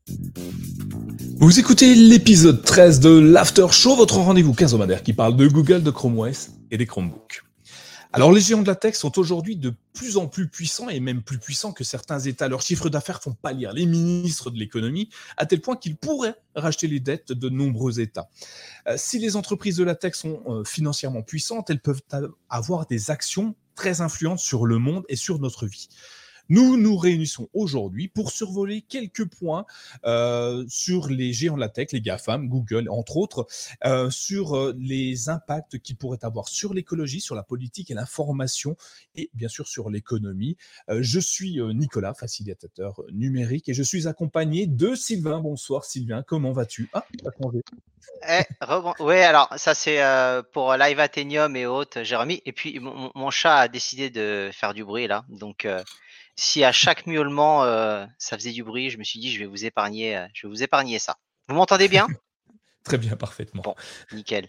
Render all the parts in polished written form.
Vous écoutez l'épisode 13 de l'After Show, votre rendez-vous quinzomadaire qui parle de Google, de Chrome OS et des Chromebooks. Alors les géants de la tech sont aujourd'hui de plus en plus puissants et même plus puissants que certains États. Leurs chiffres d'affaires font pâlir les ministres de l'économie à tel point qu'ils pourraient racheter les dettes de nombreux États. Si les entreprises de la tech sont financièrement puissantes, elles peuvent avoir des actions très influentes sur le monde et sur notre vie. Nous nous réunissons aujourd'hui pour survoler quelques points sur les géants de la tech, les GAFAM, Google entre autres, sur les impacts qu'ils pourraient avoir sur l'écologie, sur la politique et l'information et bien sûr sur l'économie. Je suis Nicolas, facilitateur numérique et je suis accompagné de Sylvain. Bonsoir Sylvain, comment vas-tu? Ah, t'as changé. Ouais, alors ça c'est pour Live Athenium et autres, j'ai remis. Et puis mon chat a décidé de faire du bruit là, donc si à chaque miaulement ça faisait du bruit, je me suis dit je vais vous épargner ça. Vous m'entendez bien? Très bien, parfaitement. Bon, nickel.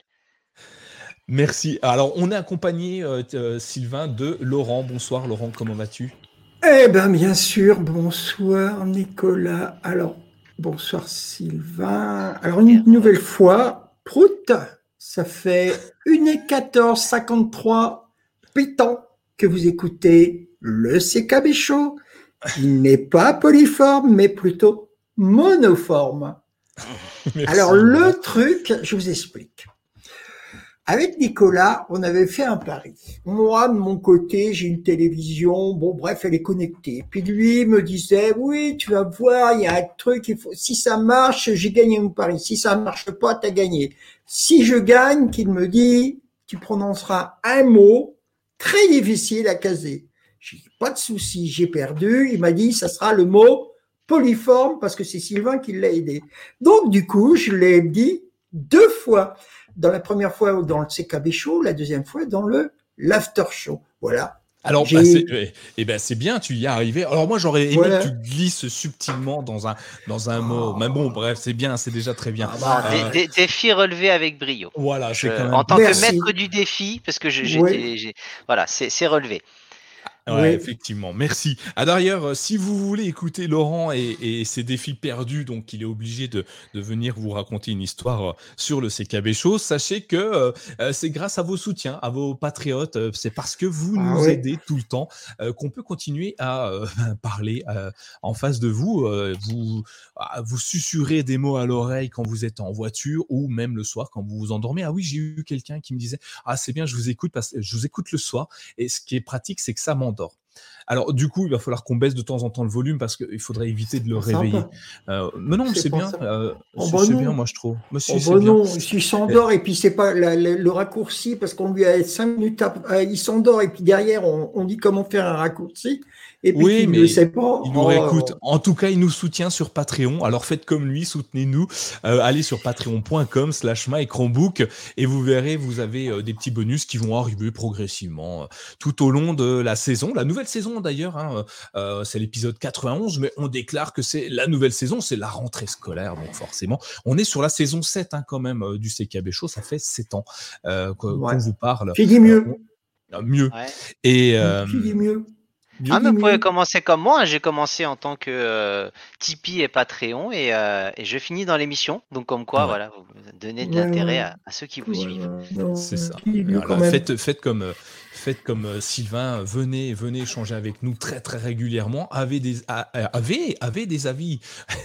Merci. Alors, on est accompagné, Sylvain, de Laurent. Bonsoir Laurent, comment vas-tu? Eh bien, bien sûr, bonsoir Nicolas. Alors, bonsoir Sylvain. Alors, une nouvelle fois, Prout, ça fait 1h14:53 pétant que vous écoutez le CKB Show, qui n'est pas polyforme, mais plutôt monoforme. Merci, Alors, Laurent. le truc, je vous explique. Avec Nicolas, on avait fait un pari. Moi, de mon côté, j'ai une télévision. Bon, bref, elle est connectée. Puis lui me disait, oui, tu vas voir, il y a un truc, si ça marche, j'ai gagné mon pari. Si ça marche pas, t'as gagné. Si je gagne, qu'il me dit, tu prononceras un mot très difficile à caser. J'ai dit, pas de souci, j'ai perdu. Il m'a dit, ça sera le mot polyforme parce que c'est Sylvain qui l'a aidé. Donc, du coup, je l'ai dit 2 fois. Dans la première fois dans le CKB Show, la deuxième fois dans le l'After Show. Voilà. Alors, c'est bien, tu y es arrivé. Alors moi, j'aurais aimé que tu glisses subtilement dans un mot. Mais bon, bref, c'est bien, c'est déjà très bien. Défi relevé avec brio. Voilà, c'est quand même... En tant que maître du défi, parce que voilà, c'est relevé. Ouais, effectivement, merci. D'ailleurs, si vous voulez écouter Laurent et ses défis perdus, donc il est obligé de venir vous raconter une histoire sur le CKB Show, sachez que c'est grâce à vos soutiens, à vos patriotes, c'est parce que vous nous aidez tout le temps qu'on peut continuer à parler en face de vous, vous susurrer des mots à l'oreille quand vous êtes en voiture ou même le soir quand vous vous endormez. Ah oui, j'ai eu quelqu'un qui me disait « Ah, c'est bien, je vous écoute parce que je vous écoute le soir. » Et ce qui est pratique, c'est que ça m'endort. Alors, du coup, il va falloir qu'on baisse de temps en temps le volume parce qu'il faudrait éviter de le réveiller. Mais non, c'est bien. C'est bien, moi, je trouve. Mais si, c'est bien. Non, il s'endort et puis c'est pas le raccourci parce qu'on lui a 5 minutes, il s'endort et puis derrière, on dit comment faire un raccourci. Et puis oui, il mais ne sait pas. Il nous réécoute. En tout cas, il nous soutient sur Patreon. Alors faites comme lui, soutenez-nous. Allez sur patreon.com/mychromebook et vous verrez, vous avez des petits bonus qui vont arriver progressivement tout au long de la saison. La nouvelle saison d'ailleurs, c'est l'épisode 91, mais on déclare que c'est la nouvelle saison, c'est la rentrée scolaire, donc forcément. On est sur la saison 7 quand même du CKB Show, ça fait 7 ans qu'on vous parle. Tu dis mieux. Mieux. Ouais. Et, tu dis mieux. Mais vous pouvez commencer comme moi. J'ai commencé en tant que Tipeee et Patreon et je finis dans l'émission. Donc comme quoi, voilà, vous donnez de l'intérêt à ceux qui vous suivent. C'est ça. Faites comme Sylvain. Venez échanger avec nous très très régulièrement. Avez des avis. Avec des avis.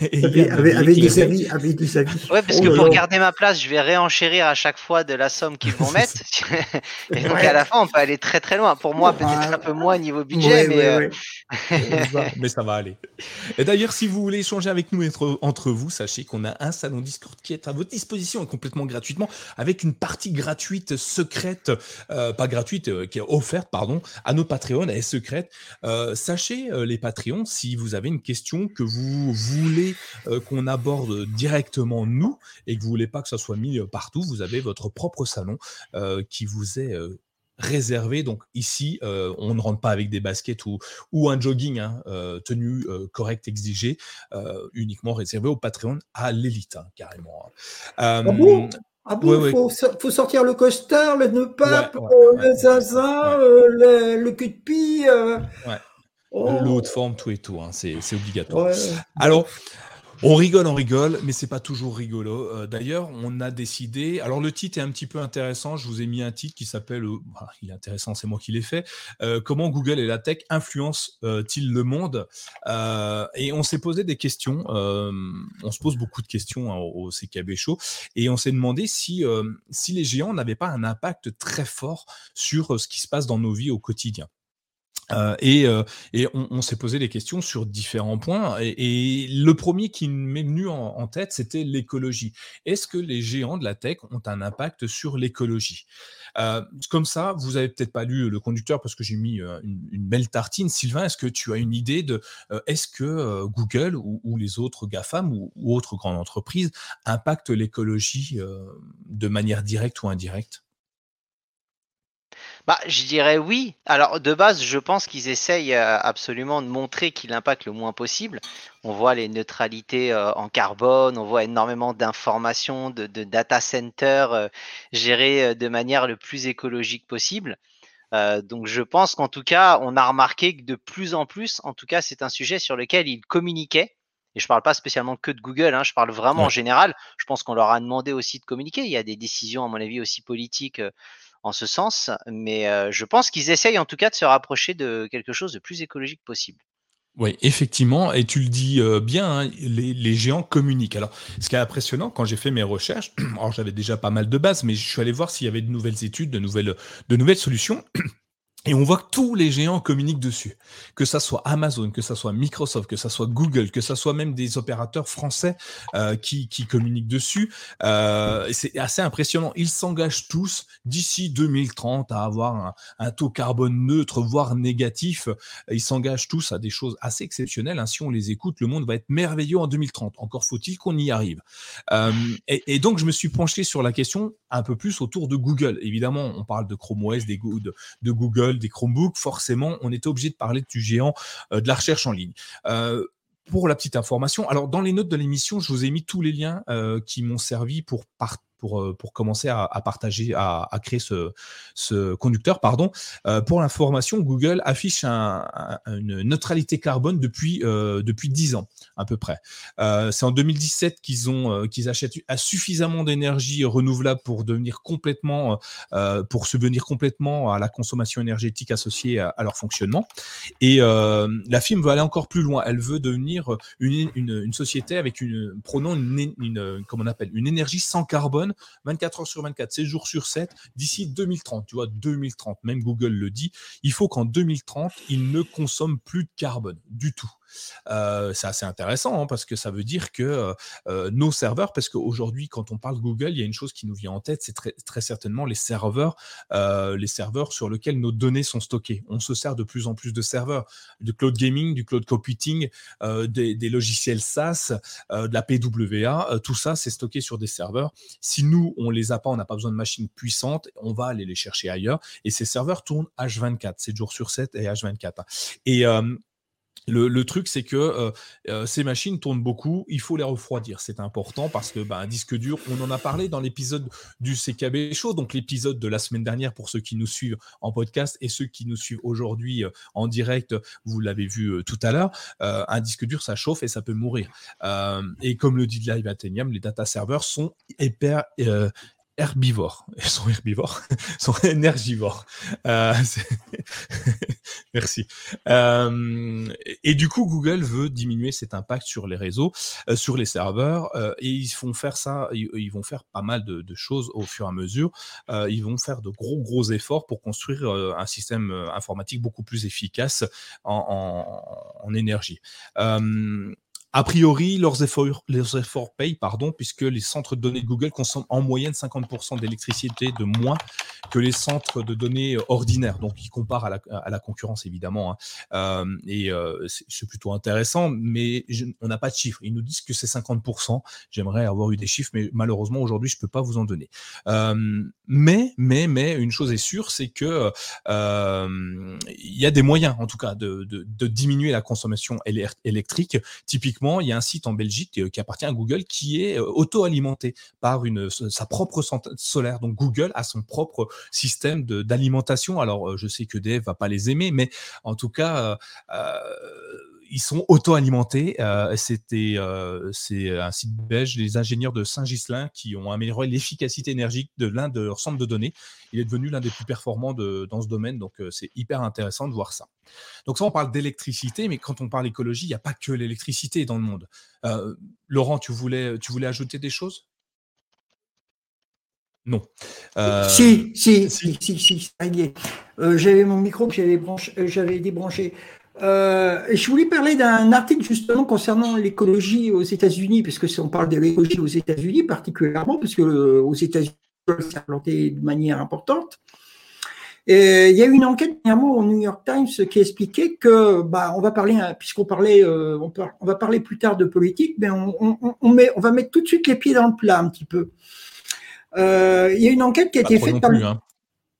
Ouais, parce que pour garder ma place, je vais réenchérir à chaque fois de la somme qu'ils vont mettre. Et donc à la fin, on peut aller très très loin. Pour moi, peut-être un peu moins niveau budget, mais ça va aller. Et d'ailleurs, si vous voulez échanger avec nous entre vous, sachez qu'on a un salon Discord qui est à votre disposition et complètement gratuitement, avec une partie gratuite secrète, pas gratuite, qui est offerte, pardon, à nos Patreons, elle est secrète. Sachez, les Patreons, si vous avez une question que vous voulez qu'on aborde directement nous et que vous voulez pas que ça soit mis partout, vous avez votre propre salon qui vous est réservé. Donc ici, on ne rentre pas avec des baskets ou un jogging, tenue correcte exigée, uniquement réservé au Patreon à l'élite, carrément. Faut sortir le costard, le nœud pape, le zaza, le cul de pie. Le haut de forme, tout et tout, c'est obligatoire. Alors, On rigole, mais c'est pas toujours rigolo. D'ailleurs, on a décidé. Alors, le titre est un petit peu intéressant. Je vous ai mis un titre qui s'appelle. Il est intéressant, c'est moi qui l'ai fait. Comment Google et la tech influencent-ils le monde? Et on s'est posé des questions. On se pose beaucoup de questions au CKB Show, et on s'est demandé si les géants n'avaient pas un impact très fort sur ce qui se passe dans nos vies au quotidien. Et on s'est posé des questions sur différents points. Et le premier qui m'est venu en tête, c'était l'écologie. Est-ce que les géants de la tech ont un impact sur l'écologie? Comme ça, vous avez peut-être pas lu Le Conducteur parce que j'ai mis une belle tartine. Sylvain, est-ce que tu as une idée de est-ce que Google ou les autres GAFAM ou autres grandes entreprises impactent l'écologie de manière directe ou indirecte? Bah, je dirais oui. Alors, de base, je pense qu'ils essayent absolument de montrer qu'il impacte le moins possible. On voit les neutralités en carbone, on voit énormément d'informations, de data centers gérés de manière le plus écologique possible. Donc, je pense qu'en tout cas, on a remarqué que de plus en plus, en tout cas, c'est un sujet sur lequel ils communiquaient. Et je parle pas spécialement que de Google, hein, je parle vraiment en Ouais. général. Je pense qu'on leur a demandé aussi de communiquer. Il y a des décisions, à mon avis, aussi politiques en ce sens, mais je pense qu'ils essayent en tout cas de se rapprocher de quelque chose de plus écologique possible. Oui, effectivement, et tu le dis bien, hein, les géants communiquent. Alors, ce qui est impressionnant, quand j'ai fait mes recherches, alors j'avais déjà pas mal de bases, mais je suis allé voir s'il y avait de nouvelles études, de nouvelles solutions. Et on voit que tous les géants communiquent dessus. Que ça soit Amazon, que ça soit Microsoft, que ça soit Google, que ça soit même des opérateurs français qui communiquent dessus. C'est assez impressionnant. Ils s'engagent tous d'ici 2030 à avoir un taux carbone neutre, voire négatif. Ils s'engagent tous à des choses assez exceptionnelles, hein. Si on les écoute, le monde va être merveilleux en 2030. Encore faut-il qu'on y arrive. Et donc, je me suis penché sur la question un peu plus autour de Google. Évidemment, on parle de Chrome OS, de Google, des Chromebooks, forcément, on était obligé de parler du géant de la recherche en ligne. Pour la petite information, alors dans les notes de l'émission, je vous ai mis tous les liens qui m'ont servi pour commencer à partager, à créer ce conducteur, pardon. Pour l'information, Google affiche une neutralité carbone depuis 10 ans à peu près. C'est en 2017 qu'ils achètent suffisamment d'énergie renouvelable pour subvenir complètement à la consommation énergétique associée à leur fonctionnement. Et la firme veut aller encore plus loin. Elle veut devenir une société avec prônant comment on appelle, une énergie sans carbone, 24 heures sur 24, 7 jours sur 7, d'ici 2030. Tu vois, 2030, même Google le dit, il faut qu'en 2030, ils ne consomment plus de carbone du tout. C'est assez intéressant, hein, parce que ça veut dire que nos serveurs, parce qu'aujourd'hui, quand on parle de Google, il y a une chose qui nous vient en tête, c'est très, très certainement les serveurs sur lesquels nos données sont stockées. On se sert de plus en plus de serveurs, du cloud gaming, du cloud computing, des logiciels SaaS, de la PWA, tout ça, c'est stocké sur des serveurs. Si nous, on les a pas, on n'a pas besoin de machines puissantes, on va aller les chercher ailleurs. Et ces serveurs tournent H24, 7 jours sur 7 et H24. Et le truc, c'est que ces machines tournent beaucoup, il faut les refroidir. C'est important parce que un disque dur, on en a parlé dans l'épisode du CKB Show, donc l'épisode de la semaine dernière pour ceux qui nous suivent en podcast et ceux qui nous suivent aujourd'hui en direct, vous l'avez vu tout à l'heure, un disque dur, ça chauffe et ça peut mourir. Et comme le dit Live Athenium, les data servers sont hyper herbivores. Ils sont herbivores, ils sont énergivores. Merci. Et du coup, Google veut diminuer cet impact sur les réseaux, sur les serveurs, et ils vont faire ça. Ils vont faire pas mal de choses au fur et à mesure. Ils vont faire de gros efforts pour construire un système informatique beaucoup plus efficace en énergie. A priori, leurs efforts payent, puisque les centres de données de Google consomment en moyenne 50% d'électricité de moins que les centres de données ordinaires. Donc, ils comparent à la concurrence, évidemment, hein. C'est plutôt intéressant, mais on n'a pas de chiffres. Ils nous disent que c'est 50%. J'aimerais avoir eu des chiffres, mais malheureusement, aujourd'hui, je ne peux pas vous en donner. Mais une chose est sûre, c'est que il y a des moyens, en tout cas, de diminuer la consommation électrique. Typiquement, il y a un site en Belgique qui appartient à Google qui est auto-alimenté par sa propre centrale solaire. Donc Google a son propre système d'alimentation. Alors je sais que EDF va pas les aimer, mais en tout cas ils sont auto-alimentés. C'est un site belge, les ingénieurs de Saint-Ghislain, qui ont amélioré l'efficacité énergique de l'un de leurs centres de données. Il est devenu l'un des plus performants dans ce domaine, donc c'est hyper intéressant de voir ça. Donc ça, on parle d'électricité, mais quand on parle écologie, il n'y a pas que l'électricité dans le monde. Laurent, tu voulais ajouter des choses ? Non. Si, ça y est. J'avais mon micro que j'avais débranché. Je voulais parler d'un article justement concernant l'écologie aux États-Unis, parce que si on parle de l'écologie aux États-Unis particulièrement, parce que aux États-Unis, c'est implanté de manière importante. Et il y a eu une enquête dernièrement au New York Times qui expliquait que, on va parler, puisqu'on parlait, on va parler plus tard de politique, mais on va mettre tout de suite les pieds dans le plat un petit peu. Il y a une enquête qui a été faite par. Pardon ?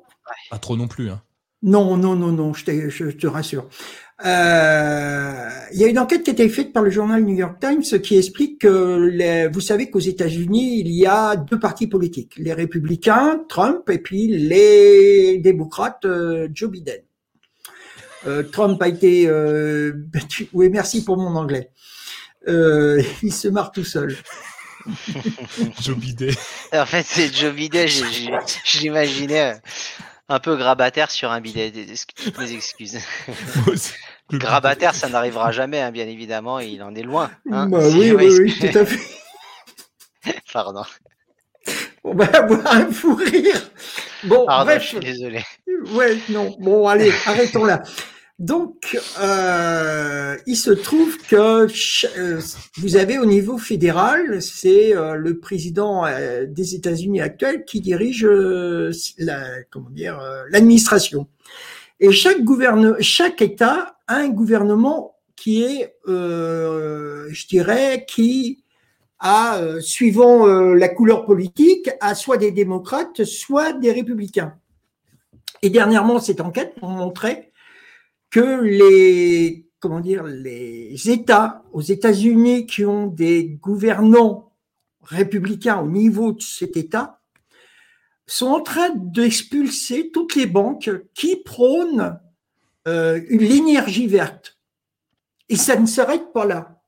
Pas trop non plus. Hein. Non, je te rassure. Il y a une enquête qui a été faite par le journal New York Times qui explique que vous savez qu'aux États-Unis, il y a deux partis politiques, les républicains, Trump, et puis les démocrates, Joe Biden. Trump a été battu. Oui, merci pour mon anglais. Il se marre tout seul. Joe Biden. En fait, c'est Joe Biden, j'imaginais un peu grabataire sur un bidet. Toutes mes excuses. Grabataire, ça n'arrivera jamais, hein, bien évidemment, il en est loin. Hein, oui, tout à fait. Pardon. On va avoir un fou rire. Bon, pardon, bref. je suis désolé. Ouais, non. Bon, allez, arrêtons là. Donc, il se trouve que vous avez au niveau fédéral, c'est le président des États-Unis actuel qui dirige l'administration. Et chaque État a un gouvernement qui est, je dirais, qui a, suivant la couleur politique, a soit des démocrates, soit des républicains. Et dernièrement, cette enquête montrait que les États aux États-Unis qui ont des gouvernants républicains au niveau de cet État sont en train d'expulser toutes les banques qui prônent l'énergie verte. Et ça ne s'arrête pas là.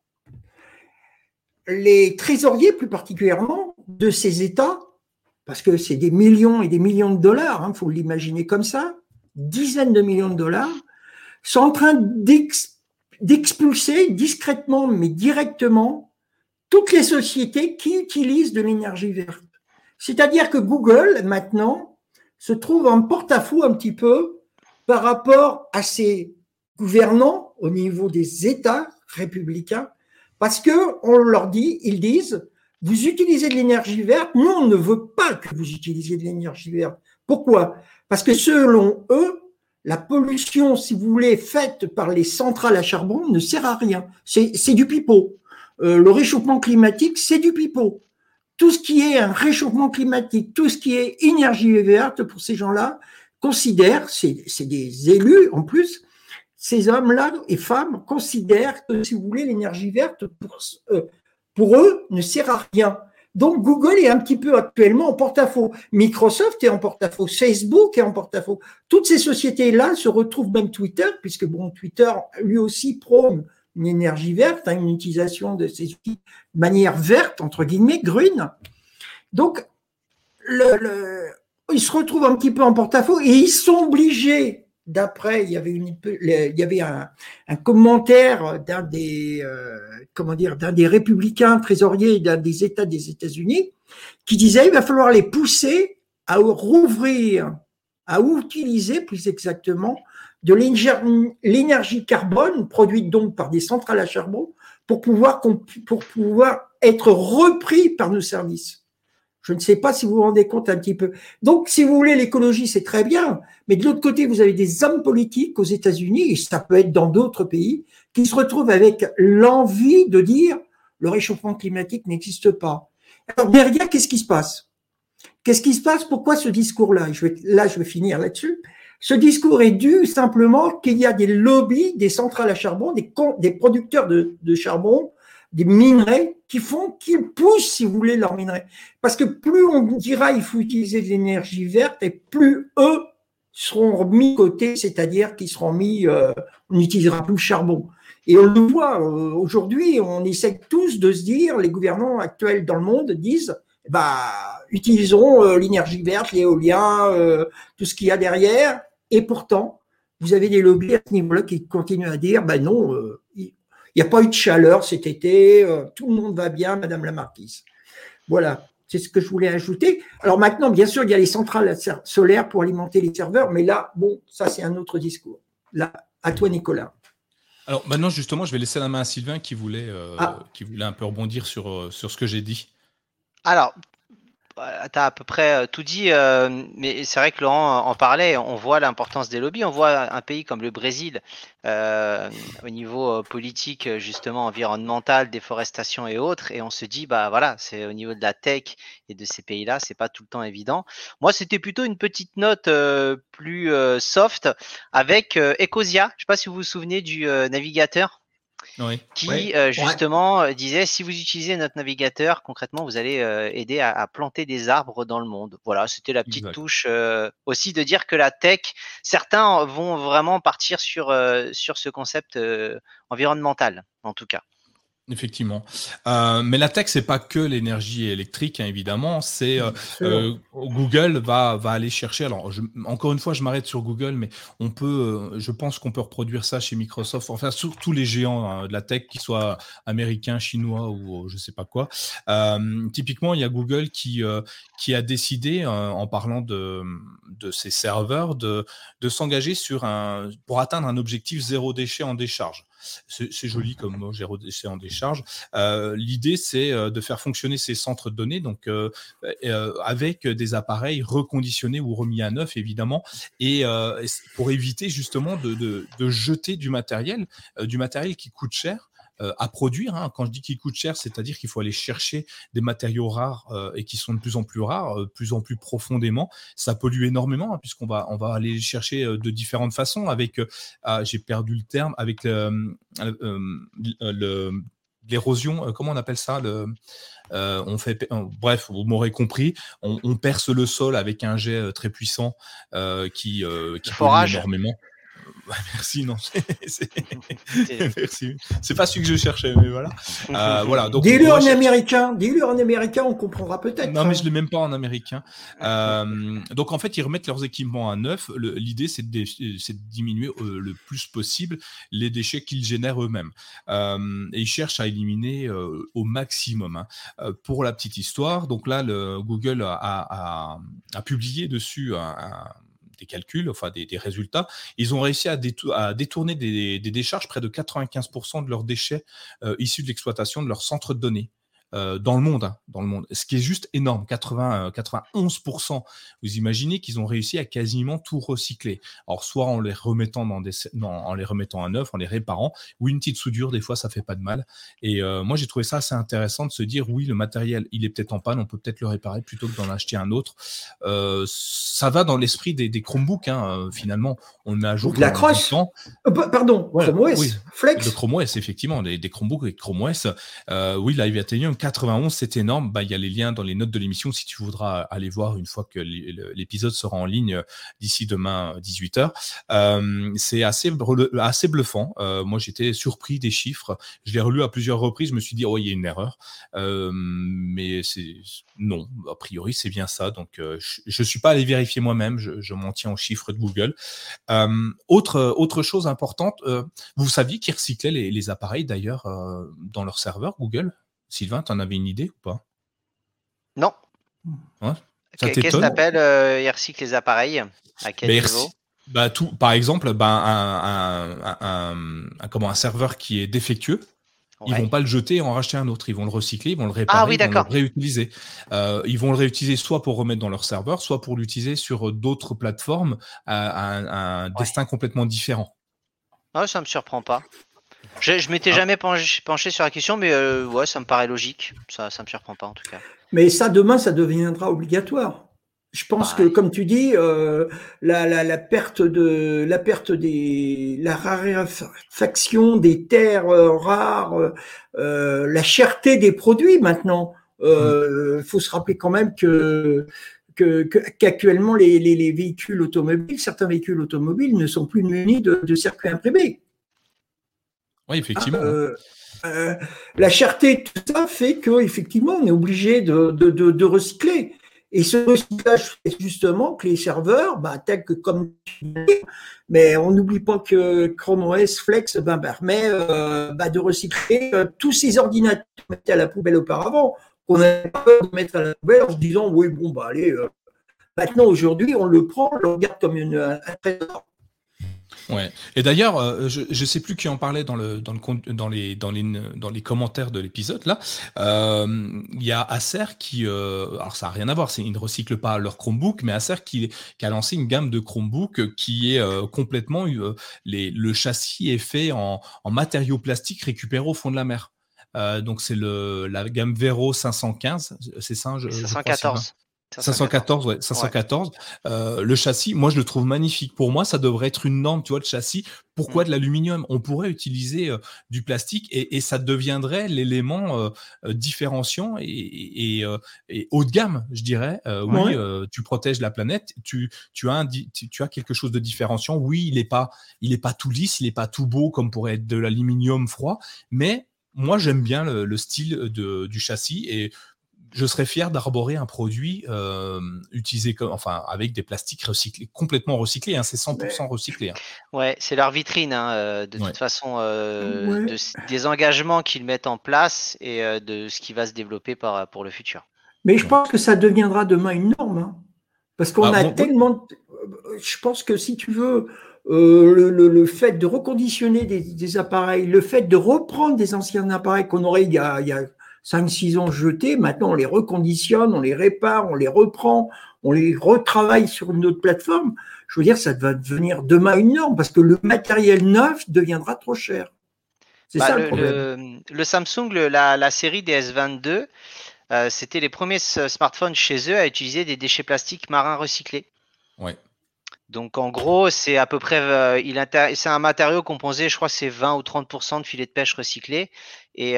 Les trésoriers, plus particulièrement, de ces États, parce que c'est des millions et des millions de dollars, faut l'imaginer comme ça, dizaines de millions de dollars, sont en train d'expulser discrètement, mais directement, toutes les sociétés qui utilisent de l'énergie verte. C'est-à-dire que Google, maintenant, se trouve en porte-à-faux un petit peu par rapport à ses gouvernants au niveau des États républicains, parce que ils disent, vous utilisez de l'énergie verte, nous, on ne veut pas que vous utilisiez de l'énergie verte. Pourquoi ? Parce que selon eux, la pollution, si vous voulez, faite par les centrales à charbon ne sert à rien. C'est du pipeau. Le réchauffement climatique, c'est du pipeau. Tout ce qui est un réchauffement climatique, tout ce qui est énergie verte, pour ces gens-là, considèrent, c'est des élus en plus, ces hommes-là et femmes considèrent que, si vous voulez, l'énergie verte, pour eux, ne sert à rien. Donc, Google est un petit peu actuellement en porte-à-faux. Microsoft est en porte-à-faux. Facebook est en porte-à-faux. Toutes ces sociétés-là se retrouvent, même Twitter, puisque Twitter, lui aussi, prône une énergie verte, une utilisation de ces outils de manière verte, entre guillemets, green. Donc, ils se retrouvent un petit peu en porte-à-faux et ils sont obligés, d'après, il y avait un commentaire d'un des républicains trésoriers d'un des États des États-Unis qui disait il va falloir les pousser à rouvrir, à utiliser plus exactement de l'énergie carbone produite donc par des centrales à charbon pour pouvoir être repris par nos services. Je ne sais pas si vous vous rendez compte un petit peu. Donc, si vous voulez, l'écologie, c'est très bien. Mais de l'autre côté, vous avez des hommes politiques aux États-Unis, et ça peut être dans d'autres pays, qui se retrouvent avec l'envie de dire le réchauffement climatique n'existe pas. Alors, derrière, qu'est-ce qui se passe ? Qu'est-ce qui se passe ? Pourquoi ce discours-là ? Je vais finir là-dessus. Ce discours est dû simplement qu'il y a des lobbies des centrales à charbon, des producteurs de charbon, des minerais qu'ils poussent, si vous voulez, leurs minerais. Parce que plus on dira il faut utiliser de l'énergie verte, et plus eux seront mis de côté, c'est-à-dire qu'ils seront mis, on n'utilisera plus le charbon. Et on le voit aujourd'hui, on essaie tous de se dire, les gouvernements actuels dans le monde disent, utilisons l'énergie verte, l'éolien, tout ce qu'il y a derrière. Et pourtant, vous avez des lobbies à ce niveau-là qui continuent à dire, non, il n'y a pas eu de chaleur cet été, tout le monde va bien, Madame la Marquise. Voilà, c'est ce que je voulais ajouter. Alors maintenant, bien sûr, il y a les centrales solaires pour alimenter les serveurs, mais là, ça c'est un autre discours. Là, à toi, Nicolas. Alors maintenant, justement, je vais laisser la main à Sylvain qui voulait un peu rebondir sur ce que j'ai dit. Alors, tu as à peu près tout dit, mais c'est vrai que Laurent en parlait, on voit l'importance des lobbies, on voit un pays comme le Brésil, au niveau politique, justement environnemental, déforestation et autres, et on se dit, voilà, c'est au niveau de la tech et de ces pays-là, c'est pas tout le temps évident. Moi, c'était plutôt une petite note plus soft avec Ecosia, je sais pas si vous vous souvenez du navigateur. Oui. Qui justement disait, si vous utilisez notre navigateur, concrètement, vous allez aider à planter des arbres dans le monde. Voilà, c'était la petite touche aussi de dire que la tech, certains vont vraiment partir sur ce concept environnemental, en tout cas. Effectivement. Mais la tech, c'est pas que l'énergie électrique, hein, évidemment. C'est Google va aller chercher. Alors, encore une fois, je m'arrête sur Google, mais on peut, je pense qu'on peut reproduire ça chez Microsoft. Enfin, sur tous les géants de la tech, qu'ils soient américains, chinois ou je sais pas quoi. Typiquement, il y a Google qui a décidé, en parlant de ses serveurs, de s'engager pour atteindre un objectif zéro déchet en décharge. C'est joli comme mot, zéro déchet en décharge. L'idée, c'est de faire fonctionner ces centres de données, donc avec des appareils reconditionnés ou remis à neuf, évidemment, et pour éviter justement de jeter du matériel qui coûte cher à produire. Hein. Quand je dis qu'il coûte cher, c'est-à-dire qu'il faut aller chercher des matériaux rares et qui sont de plus en plus rares, plus en plus profondément. Ça pollue énormément, hein, puisqu'on va aller les chercher de différentes façons. Avec, j'ai perdu le terme, avec l'érosion, comment on appelle ça bref, vous m'aurez compris, on perce le sol avec un jet très puissant qui pollue énormément. Merci, non. Merci. C'est pas celui que je cherchais, mais voilà. Voilà. Donc, dis-le en américain, on comprendra peut-être. Non, mais je l'ai même pas en américain. Donc en fait, ils remettent leurs équipements à neuf. L'idée, c'est de diminuer le plus possible les déchets qu'ils génèrent eux-mêmes. Et ils cherchent à éliminer au maximum. Hein. Pour la petite histoire, donc là, Google a publié dessus des calculs, enfin des résultats. Ils ont réussi à détourner des décharges, près de 95% de leurs déchets issus de l'exploitation de leurs centres de données. Dans le monde, ce qui est juste énorme, 91%. Vous imaginez qu'ils ont réussi à quasiment tout recycler. Alors, soit en les remettant en les remettant à neuf, en les réparant, ou une petite soudure, des fois, ça fait pas de mal. Et moi, j'ai trouvé ça assez intéressant de se dire, oui, le matériel, il est peut-être en panne, on peut peut-être le réparer plutôt que d'en acheter un autre. Ça va dans l'esprit des Chromebooks, hein, finalement. On a un jour de la crosse. Pardon, ouais, Chrome OS, oui, Flex. Le Chrome OS, effectivement, des Chromebooks avec Chrome OS. Oui, Live Athenium 91, c'est énorme. Il y a les liens dans les notes de l'émission si tu voudras aller voir une fois que l'épisode sera en ligne d'ici demain 18h. C'est assez bluffant. Moi, j'étais surpris des chiffres. Je l'ai relu à plusieurs reprises. Je me suis dit, il y a une erreur. Mais non, a priori, c'est bien ça. Donc, je ne suis pas allé vérifier moi-même. Je m'en tiens aux chiffres de Google. Autre chose importante, vous saviez qu'ils recyclaient les appareils d'ailleurs dans leur serveur Google? Sylvain, tu en avais une idée ou pas? Non. Ouais, Qu'est-ce que t'appelles ils recyclent les appareils? À quel niveau? Par exemple, un serveur qui est défectueux, ils vont pas le jeter et en racheter un autre. Ils vont le recycler, ils vont le réparer, ils vont le réutiliser. Ils vont le réutiliser soit pour remettre dans leur serveur, soit pour l'utiliser sur d'autres plateformes à un destin complètement différent. Ah, ça me surprend pas. Je m'étais jamais penché sur la question, mais ça me paraît logique. Ça me surprend pas en tout cas. Mais ça, demain, ça deviendra obligatoire. Je pense que, comme tu dis, la raréfaction des terres rares, la cherté des produits maintenant. Faut se rappeler quand même qu'actuellement les véhicules automobiles, certains véhicules automobiles ne sont plus munis de circuits imprimés. Oui, effectivement. Euh, la cherté, tout ça fait qu'effectivement, on est obligé de recycler. Et ce recyclage fait justement que les serveurs, tels que comme tu dis, mais on n'oublie pas que Chrome OS Flex permet de recycler tous ces ordinateurs qu'on mettait à la poubelle auparavant, qu'on n'avait pas peur de mettre à la poubelle en se disant oui, bon, allez, maintenant, aujourd'hui, on le prend, on le regarde comme un trésor. Ouais. Et d'ailleurs, je ne sais plus qui en parlait dans les commentaires de l'épisode là. Il y a Acer qui, alors ça n'a rien à voir, il ne recycle pas leur Chromebook, mais Acer qui a lancé une gamme de Chromebook qui est complètement le châssis est fait en matériaux plastiques récupérés au fond de la mer. Donc c'est la gamme Vero 515, c'est ça, je crois, 514. 514, ouais, 514. Ouais. Le châssis, moi, je le trouve magnifique. Pour moi, ça devrait être une norme, tu vois, de châssis. Pourquoi de l'aluminium? On pourrait utiliser du plastique et ça deviendrait l'élément différenciant et haut de gamme, je dirais. Oui, tu protèges la planète. Tu as quelque chose de différenciant. Oui, il est pas tout lisse, il est pas tout beau comme pourrait être de l'aluminium froid, mais moi, j'aime bien le style du châssis et je serais fier d'arborer un produit utilisé avec des plastiques recyclés, complètement recyclés. Hein, c'est 100% recyclé. Hein. Ouais, c'est leur vitrine, de toute façon, des engagements qu'ils mettent en place et de ce qui va se développer pour le futur. Mais je pense que ça deviendra demain une norme, hein, parce qu'on a tellement. Je pense que si tu veux. Le fait de reconditionner des appareils, le fait de reprendre des anciens appareils qu'on aurait il y a 5-6 ans jetés, maintenant on les reconditionne, on les répare, on les reprend, on les retravaille sur une autre plateforme. Je veux dire, ça va devenir demain une norme parce que le matériel neuf deviendra trop cher. C'est ça le problème. Le Samsung, la série des S22, c'était les premiers smartphones chez eux à utiliser des déchets plastiques marins recyclés. Ouais. Donc en gros, c'est à peu près, c'est un matériau composé, je crois, c'est 20 ou 30% de filets de pêche recyclés, et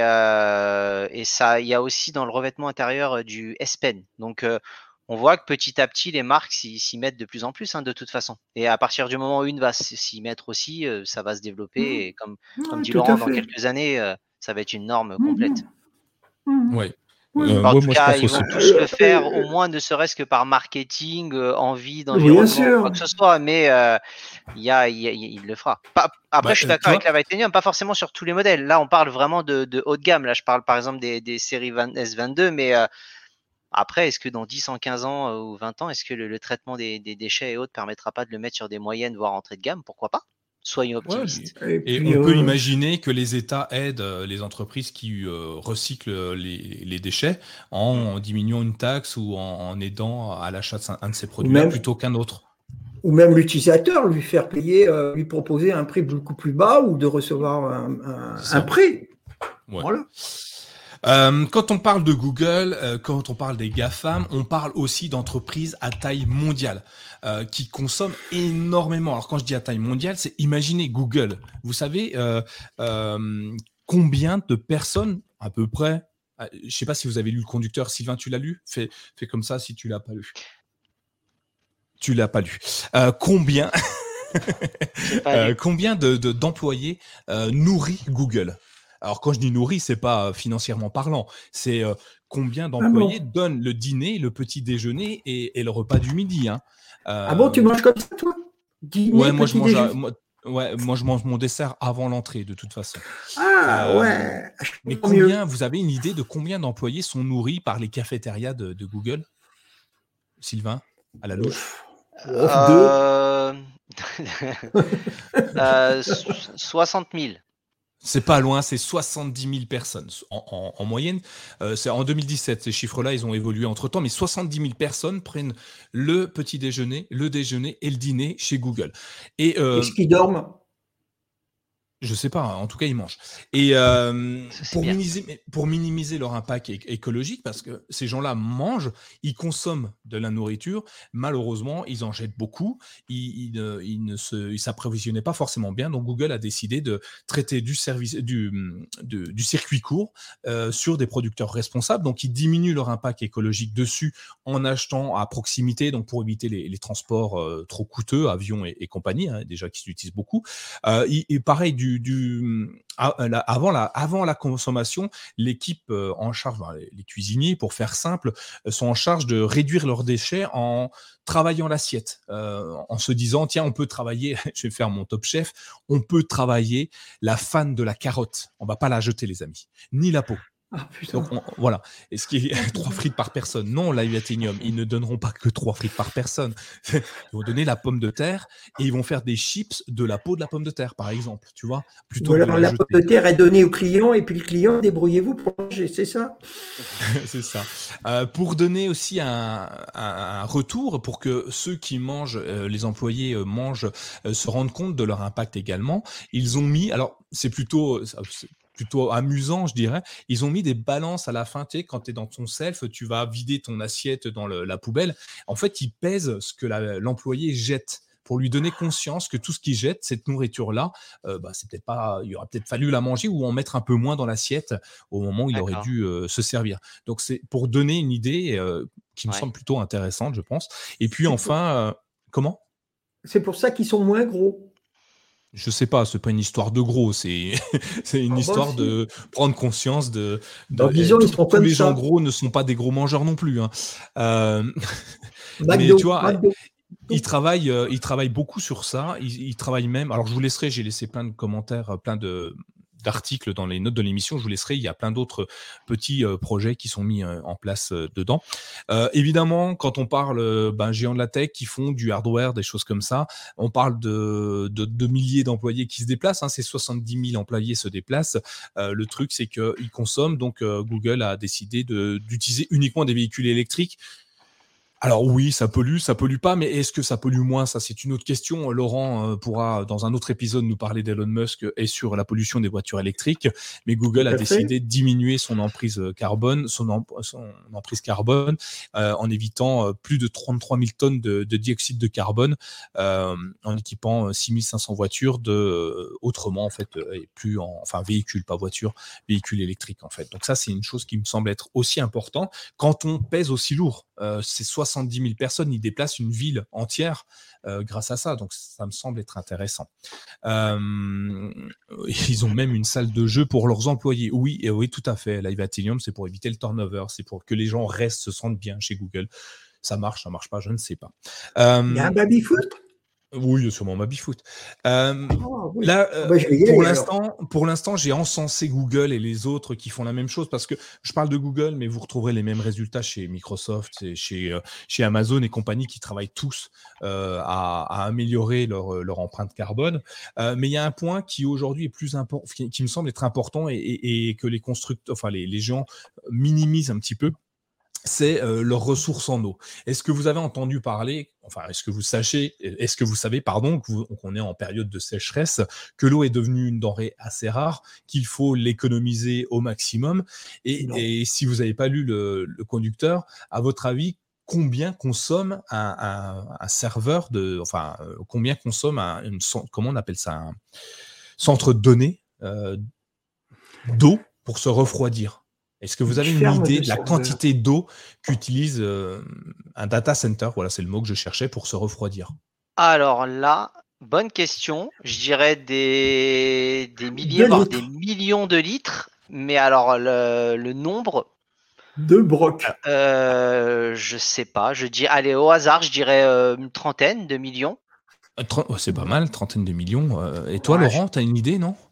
ça, il y a aussi dans le revêtement intérieur du S-Pen. Donc on voit que petit à petit, les marques s'y mettent de plus en plus, hein, de toute façon. Et à partir du moment où une va s'y mettre aussi, ça va se développer. Et comme dit Laurent, dans quelques années, ça va être une norme complète. Oui. En tout cas, ils vont tous le faire, au moins ne serait-ce que par marketing, envie d'environnement, quoi que ce soit, mais il le fera. Après, je suis d'accord avec la Titanium, pas forcément sur tous les modèles. Là, on parle vraiment de haut de gamme. Là, je parle par exemple des séries S22, mais après, est-ce que dans 10 ans, 15 ans ou 20 ans, est-ce que le traitement des déchets et autres permettra pas de le mettre sur des moyennes, voire entrée de gamme? Pourquoi pas? Soyons optimistes. Et puis, on peut imaginer que les États aident les entreprises qui recyclent les déchets en diminuant une taxe ou en aidant à l'achat d'un de ces produits plutôt qu'un autre. Ou même l'utilisateur, lui faire payer, lui proposer un prix beaucoup plus bas ou de recevoir un prix. Ouais. Voilà. Quand on parle de Google, quand on parle des GAFAM, on parle aussi d'entreprises à taille mondiale qui consomment énormément. Alors quand je dis à taille mondiale, c'est imaginez Google. Vous savez combien de personnes à peu près, je ne sais pas si vous avez lu Le Conducteur. Sylvain, tu l'as lu? Fais comme ça si tu l'as pas lu. Tu l'as pas lu. Combien combien d'employés nourrit Google? Alors, quand je dis nourri, c'est pas financièrement parlant. C'est combien d'employés donnent le dîner, le petit déjeuner et le repas du midi. Hein. Tu manges comme ça, toi? Dîner, ouais, moi je mange mon dessert avant l'entrée, de toute façon. Ouais. Mais combien, vous avez une idée de combien d'employés sont nourris par les cafétérias de Google? Sylvain, à la louche? 60 000. C'est pas loin, c'est 70 000 personnes en moyenne. C'est en 2017, ces chiffres-là, ils ont évolué entre-temps, mais 70 000 personnes prennent le petit déjeuner, le déjeuner et le dîner chez Google. Est-ce qu'ils dorment? Je sais pas, en tout cas, ils mangent. Et pour minimiser leur impact écologique, parce que ces gens-là mangent, ils consomment de la nourriture, malheureusement, ils en jettent beaucoup, ils s'approvisionnaient pas forcément bien, donc Google a décidé de traiter du circuit court sur des producteurs responsables, donc ils diminuent leur impact écologique dessus en achetant à proximité, donc pour éviter les transports trop coûteux, avions et compagnie, hein, déjà qui s'utilisent beaucoup. Et pareil, avant la consommation, l'équipe en charge, les cuisiniers, pour faire simple, sont en charge de réduire leurs déchets en travaillant l'assiette, en se disant tiens, on peut travailler, je vais faire mon top chef, on peut travailler la fan de la carotte, on va pas la jeter les amis, ni la peau. Ah putain. Donc voilà. Est-ce qu'il y a 3 frites par personne? Non, Live Athenium, ils ne donneront pas que 3 frites par personne. Ils vont donner la pomme de terre et ils vont faire des chips de la peau de la pomme de terre, par exemple. Tu vois, plutôt Ou que de alors la la pomme jeter. de terre est donnée au client et puis le client, débrouillez-vous pour manger, c'est ça? C'est ça. Pour donner aussi un retour, pour que ceux qui mangent, les employés mangent, se rendent compte de leur impact également, ils ont mis, alors c'est plutôt amusant, je dirais, ils ont mis des balances à la fin. Tu sais, quand tu es dans ton self, tu vas vider ton assiette dans la poubelle. En fait, ils pèsent ce que l'employé jette, pour lui donner conscience que tout ce qu'il jette, cette nourriture-là, c'est peut-être pas, il aurait peut-être fallu la manger ou en mettre un peu moins dans l'assiette au moment où il aurait D'accord. dû se servir. Donc c'est pour donner une idée qui me Ouais. semble plutôt intéressante, je pense. Et puis C'est enfin, comment? C'est pour ça qu'ils sont moins gros. Je sais pas, c'est pas une histoire de gros, c'est c'est une Ah bah histoire si. de prendre conscience de Disons, ils sont tous comme les gens ça. gros ne sont pas des gros mangeurs non plus, hein. Mais McDo, tu vois, McDo. ils travaillent beaucoup sur ça. Ils travaillent même. Alors, je vous laisserai. J'ai laissé plein de commentaires, plein d'articles dans les notes de l'émission. Je vous laisserai. Il y a plein d'autres petits projets qui sont mis en place dedans. Évidemment, quand on parle géants de la tech qui font du hardware, des choses comme ça, on parle de milliers d'employés qui se déplacent. Hein, ces 70 000 employés se déplacent. Le truc, c'est qu'ils consomment. Donc, Google a décidé d'utiliser uniquement des véhicules électriques. Alors oui, ça pollue pas, mais est-ce que ça pollue moins? Ça, c'est une autre question. Laurent pourra, dans un autre épisode, nous parler d'Elon Musk et sur la pollution des voitures électriques. Mais Google Tout a à décidé de diminuer son emprise carbone, en évitant plus de 33 000 tonnes de dioxyde de carbone, en équipant 6 500 voitures autrement, en fait, et plus véhicules, pas voitures, véhicules électriques, en fait. Donc ça, c'est une chose qui me semble être aussi importante. Quand on pèse aussi lourd, c'est 70 000 personnes, ils déplacent une ville entière grâce à ça. Donc, ça me semble être intéressant. Ils ont même une salle de jeu pour leurs employés. Oui, et oui, tout à fait. Live Athenium, c'est pour éviter le turnover. C'est pour que les gens restent, se sentent bien chez Google. Ça marche pas, je ne sais pas. Il y a un baby-foot? Oui, sûrement Babyfoot. Oui. Là, Je vais y aller, alors. pour l'instant, j'ai encensé Google et les autres qui font la même chose parce que je parle de Google, mais vous retrouverez les mêmes résultats chez Microsoft et chez Amazon et compagnie qui travaillent tous à améliorer leur empreinte carbone. Mais il y a un point qui aujourd'hui est plus important, qui me semble être important et que les constructeurs, les gens minimisent un petit peu. C'est leurs ressources en eau. Est-ce que vous avez entendu parler, est-ce que vous savez, qu'on est en période de sécheresse, que l'eau est devenue une denrée assez rare, qu'il faut l'économiser au maximum, et si vous n'avez pas lu le conducteur, à votre avis, combien consomme un serveur combien consomme comment on appelle ça, un centre de données d'eau pour se refroidir? Est-ce que vous avez une idée de la quantité d'eau qu'utilise un data center? Voilà, c'est le mot que je cherchais, pour se refroidir. Alors là, bonne question. Je dirais des milliers, voire des millions de litres. Mais alors, le nombre... De broc. Je sais pas. Allez, au hasard, je dirais une trentaine de millions. C'est pas mal, trentaine de millions. Et toi, Laurent, tu as une idée, non?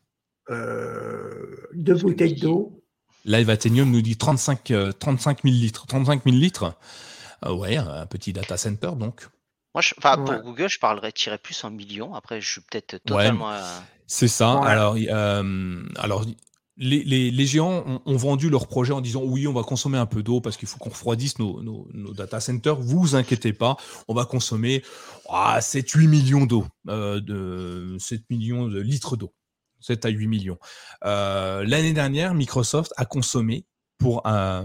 2 bouteilles d'eau. Live Athenium nous dit 35 000 litres. 35 000 litres, ouais, un petit data center, donc. Moi, pour Google, je tirais plus en millions. Après, je suis peut-être totalement... c'est ça. Ouais. Alors, les géants ont vendu leur projet en disant oui, on va consommer un peu d'eau parce qu'il faut qu'on refroidisse nos data centers. Vous inquiétez pas, on va consommer 7-8 millions d'eau, 7 millions de litres d'eau. 7 à 8 millions. L'année dernière, Microsoft a consommé pour un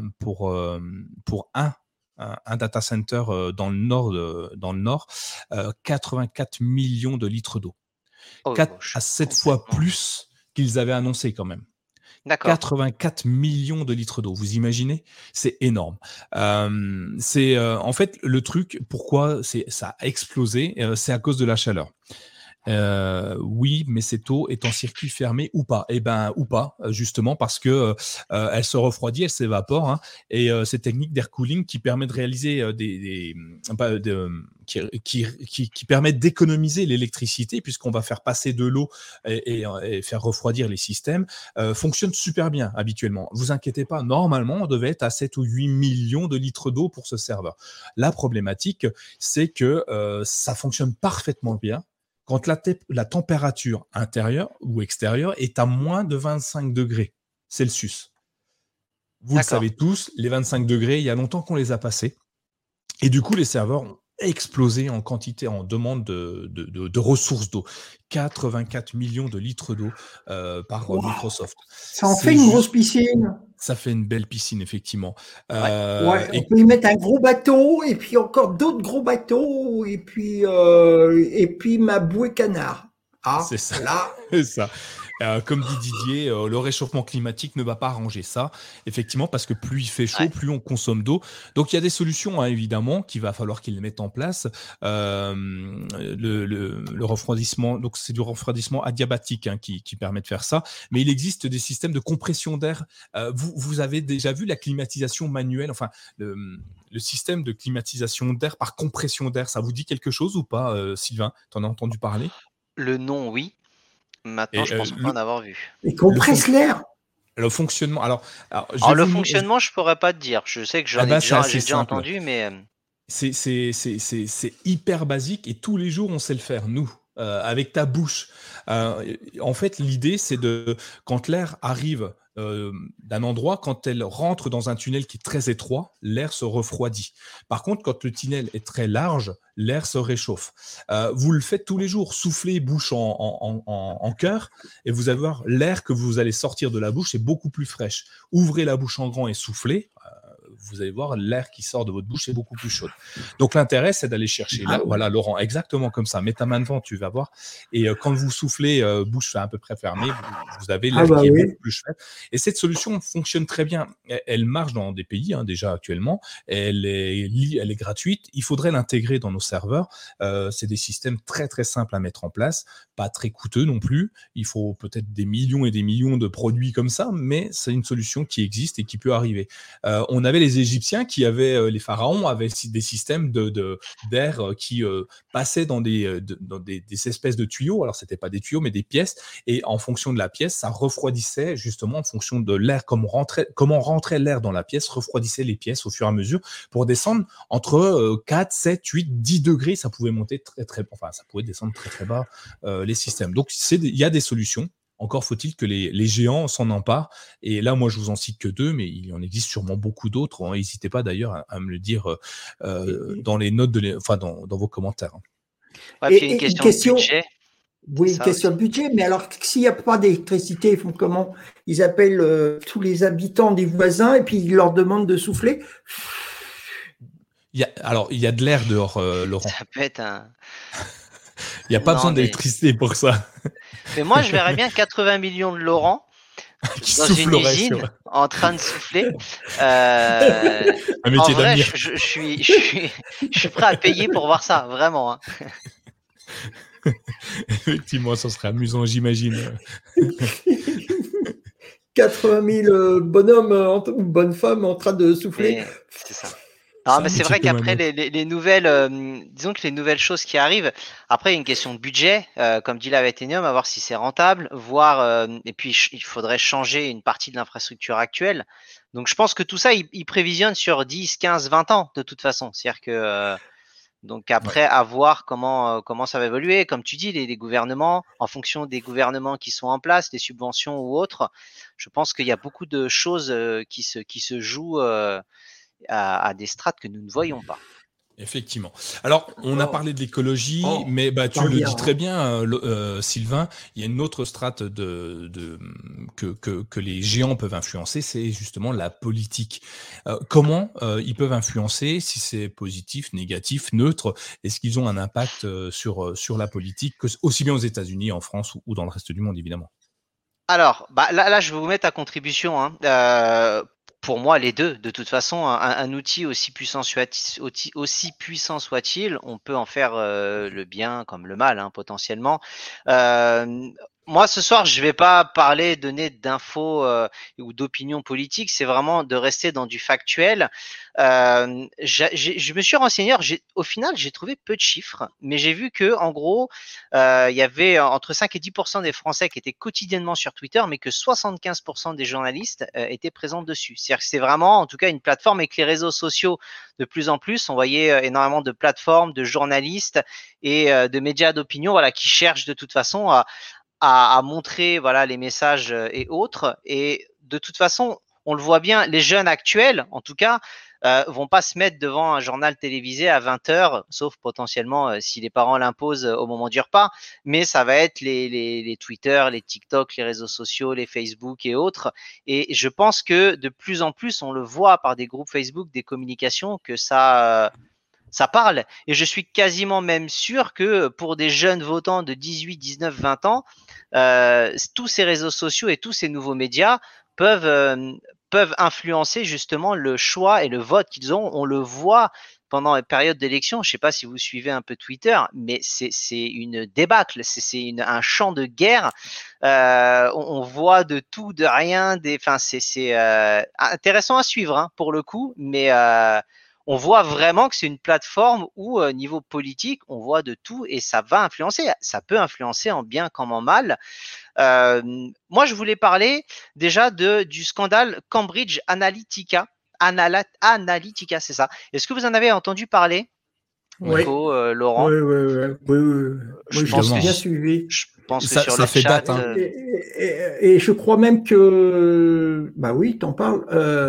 data center dans le nord, 84 millions de litres d'eau. 4 à 7 fois plus qu'ils avaient annoncé quand même. D'accord. 84 millions de litres d'eau, vous imaginez? C'est énorme. En fait, le truc, pourquoi ça a explosé, c'est à cause de la chaleur. Oui, mais cette eau est en circuit fermé ou pas? Eh ben, ou pas, justement parce que elle se refroidit, elle s'évapore, hein, et cette technique d'air cooling qui permet de réaliser qui permet d'économiser l'électricité puisqu'on va faire passer de l'eau et faire refroidir les systèmes, fonctionne super bien habituellement. Vous inquiétez pas, normalement, on devait être à 7 ou 8 millions de litres d'eau pour ce serveur. La problématique, c'est que ça fonctionne parfaitement bien quand la température intérieure ou extérieure est à moins de 25 degrés Celsius. Vous le savez tous, les 25 degrés, il y a longtemps qu'on les a passés. Et du coup, les serveurs ont explosé en quantité, en demande de ressources d'eau. 84 millions de litres d'eau par Microsoft. Ça en fait une grosse piscine. Ça fait une belle piscine, effectivement. On peut y mettre un gros bateau, et puis encore d'autres gros bateaux, et puis ma bouée canard. Ah, c'est ça. Là. C'est ça. Comme dit Didier, le réchauffement climatique ne va pas arranger ça, effectivement, parce que plus il fait chaud, plus on consomme d'eau. Donc il y a des solutions, hein, évidemment, qu'il va falloir qu'ils les mettent en place. Le refroidissement, donc c'est du refroidissement adiabatique qui permet de faire ça, mais il existe des systèmes de compression d'air. Vous avez déjà vu la climatisation manuelle, enfin le système de climatisation d'air par compression d'air, ça vous dit quelque chose ou pas, Sylvain? T'en as entendu parler? Le nom, oui. Maintenant, je pense pas en avoir vu. Il compresse l'air. Le fonctionnement. Alors le fonctionnement, je pourrais pas te dire. Je sais que j'ai déjà entendu, mais c'est hyper basique et tous les jours on sait le faire, nous, avec ta bouche. En fait, l'idée, c'est quand l'air arrive d'un endroit, quand elle rentre dans un tunnel qui est très étroit, l'air se refroidit. Par contre, quand le tunnel est très large, l'air se réchauffe. Vous le faites tous les jours, soufflez bouche en cœur, et vous allez voir l'air que vous allez sortir de la bouche, c'est beaucoup plus fraîche. Ouvrez la bouche en grand et soufflez. Vous allez voir, l'air qui sort de votre bouche est beaucoup plus chaud. Donc, l'intérêt, c'est d'aller chercher là. Voilà, Laurent, exactement comme ça. Mets ta main devant, tu vas voir. Et quand vous soufflez, bouche à peu près fermée, vous avez l'air qui est beaucoup plus chouette. Et cette solution fonctionne très bien. Elle marche dans des pays, déjà actuellement. Elle est gratuite. Il faudrait l'intégrer dans nos serveurs. C'est des systèmes très, très simples à mettre en place. Pas très coûteux non plus. Il faut peut-être des millions et des millions de produits comme ça, mais c'est une solution qui existe et qui peut arriver. On avait les Égyptiens les pharaons avaient des systèmes d'air qui passaient dans des espèces de tuyaux. Alors, c'était pas des tuyaux, mais des pièces. Et en fonction de la pièce, ça refroidissait justement en fonction de l'air, comment rentrait l'air dans la pièce, refroidissait les pièces au fur et à mesure pour descendre entre 4, 7, 8, 10 degrés. Ça pouvait monter ça pouvait descendre très, très bas, les systèmes. Donc, il y a des solutions. Encore faut-il que les géants s'en emparent. Et là, moi, je vous en cite que 2, mais il en existe sûrement beaucoup d'autres. N'hésitez pas d'ailleurs à me le dire dans les notes, dans vos commentaires. Ouais, puis une question de budget. Oui, une question de budget. Mais alors, s'il n'y a pas d'électricité, ils font comment? Ils appellent tous les habitants des voisins et puis ils leur demandent de souffler. Il y a de l'air dehors, Laurent. Ça peut être un... Il n'y a pas besoin d'électricité pour ça. Mais moi, je verrais bien 80 millions de Laurent dans une usine en train de souffler. Un métier d'avenir. Je suis prêt à payer pour voir ça, vraiment. Hein. Effectivement, ça serait amusant, j'imagine. 80 000 bonhommes ou bonnes femmes en train de souffler. C'est ça. Non, mais c'est vrai qu'après les nouvelles, disons que les nouvelles choses qui arrivent, après il y a une question de budget, comme dit Live Athenium, à voir si c'est rentable, voir, et puis il faudrait changer une partie de l'infrastructure actuelle. Donc je pense que tout ça, il prévisionne sur 10, 15, 20 ans de toute façon. C'est-à-dire que donc après à voir comment ça va évoluer, comme tu dis, les gouvernements, en fonction des gouvernements qui sont en place, des subventions ou autres, je pense qu'il y a beaucoup de choses qui se jouent. À des strates que nous ne voyons pas. Effectivement. Alors, on a parlé de l'écologie, mais tu le dis très bien, Sylvain, il y a une autre strate que les géants peuvent influencer, c'est justement la politique. Comment ils peuvent influencer, si c'est positif, négatif, neutre? Est-ce qu'ils ont un impact sur la politique, aussi bien aux États-Unis, en France ou dans le reste du monde, évidemment? Alors, là, je vais vous mettre à contribution. Pour moi, les deux. De toute façon, un outil aussi puissant soit-il, on peut en faire le bien comme le mal, hein, potentiellement. Moi, ce soir, je vais pas donner d'infos ou d'opinions politiques. C'est vraiment de rester dans du factuel. Je me suis renseigné. Au final, j'ai trouvé peu de chiffres, mais j'ai vu que, en gros, il y avait entre 5 et 10% des Français qui étaient quotidiennement sur Twitter, mais que 75% des journalistes étaient présents dessus. C'est-à-dire que c'est vraiment, en tout cas, une plateforme, et que les réseaux sociaux, de plus en plus, on voyait énormément de plateformes, de journalistes et de médias d'opinion, voilà, qui cherchent de toute façon à montrer, voilà, les messages et autres. Et de toute façon, on le voit bien, les jeunes actuels, en tout cas, vont pas se mettre devant un journal télévisé à 20h, sauf potentiellement si les parents l'imposent au moment du repas, mais ça va être les Twitter, les TikTok, les réseaux sociaux, les Facebook et autres. Et je pense que de plus en plus, on le voit par des groupes Facebook, des communications, que ça parle. Et je suis quasiment même sûr que pour des jeunes votants de 18, 19, 20 ans, tous ces réseaux sociaux et tous ces nouveaux médias peuvent influencer justement le choix et le vote qu'ils ont. On le voit pendant les périodes d'élection. Je ne sais pas si vous suivez un peu Twitter, mais c'est une débâcle, c'est un champ de guerre. On voit de tout, de rien. Enfin, c'est intéressant à suivre, hein, pour le coup, mais on voit vraiment que c'est une plateforme où, niveau politique, on voit de tout et ça va influencer. Ça peut influencer en bien comme en mal. Moi, je voulais parler déjà du scandale Cambridge Analytica. Analytica, c'est ça. Est-ce que vous en avez entendu parler, Nico, Laurent? Oui. Je pense que bien suivi. Je pense que Ça- sur ça le fait chat, date, hein. Et je crois même que, bah oui, t'en parles.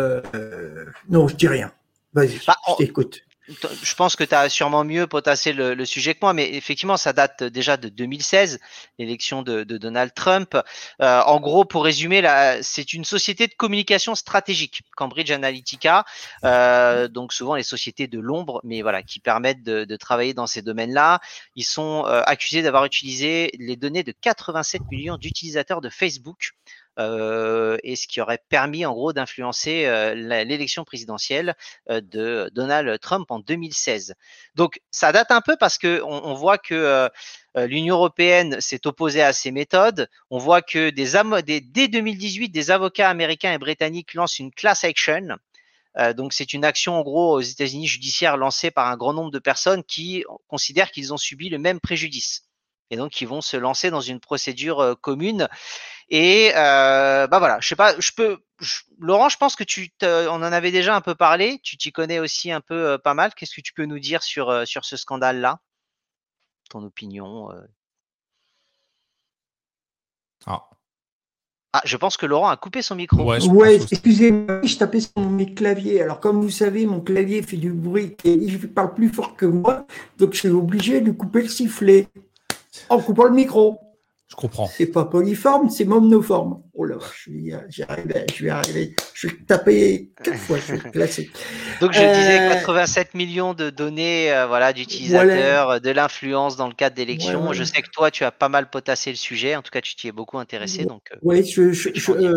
Non, je dis rien. Vas-y, Bah, je t'écoute. je pense que tu as sûrement mieux potassé le sujet que moi, mais effectivement, ça date déjà de 2016, l'élection de Donald Trump. En gros, pour résumer, c'est une société de communication stratégique, Cambridge Analytica, donc souvent les sociétés de l'ombre, mais voilà, qui permettent de travailler dans ces domaines-là. Ils sont accusés d'avoir utilisé les données de 87 millions d'utilisateurs de Facebook. Et ce qui aurait permis en gros d'influencer l'élection présidentielle de Donald Trump en 2016. Donc ça date un peu parce que on voit que l'Union européenne s'est opposée à ces méthodes. On voit que dès 2018, des avocats américains et britanniques lancent une class action. Donc c'est une action en gros aux États-Unis judiciaire lancée par un grand nombre de personnes qui considèrent qu'ils ont subi le même préjudice. Et donc, qui vont se lancer dans une procédure commune. Et bah voilà, je sais pas, Laurent, je pense que on en avait déjà un peu parlé. Tu t'y connais aussi un peu pas mal. Qu'est-ce que tu peux nous dire sur ce scandale-là, ton opinion? Ah, je pense que Laurent a coupé son micro. Ouais, excusez-moi, je tapais sur mes claviers. Alors, comme vous savez, mon clavier fait du bruit et il parle plus fort que moi, donc je suis obligé de couper le sifflet en coupant le micro. Je comprends. C'est pas polyforme, c'est monoforme. Oh là, je vais arriver. Je vais taper 4 fois, je vais le classer. Donc je disais 87 millions de données, voilà, d'utilisateurs, voilà, de l'influence dans le cadre d'élections. Ouais. Je sais que toi, tu as pas mal potassé le sujet. En tout cas, tu t'y es beaucoup intéressé. Donc, oui, je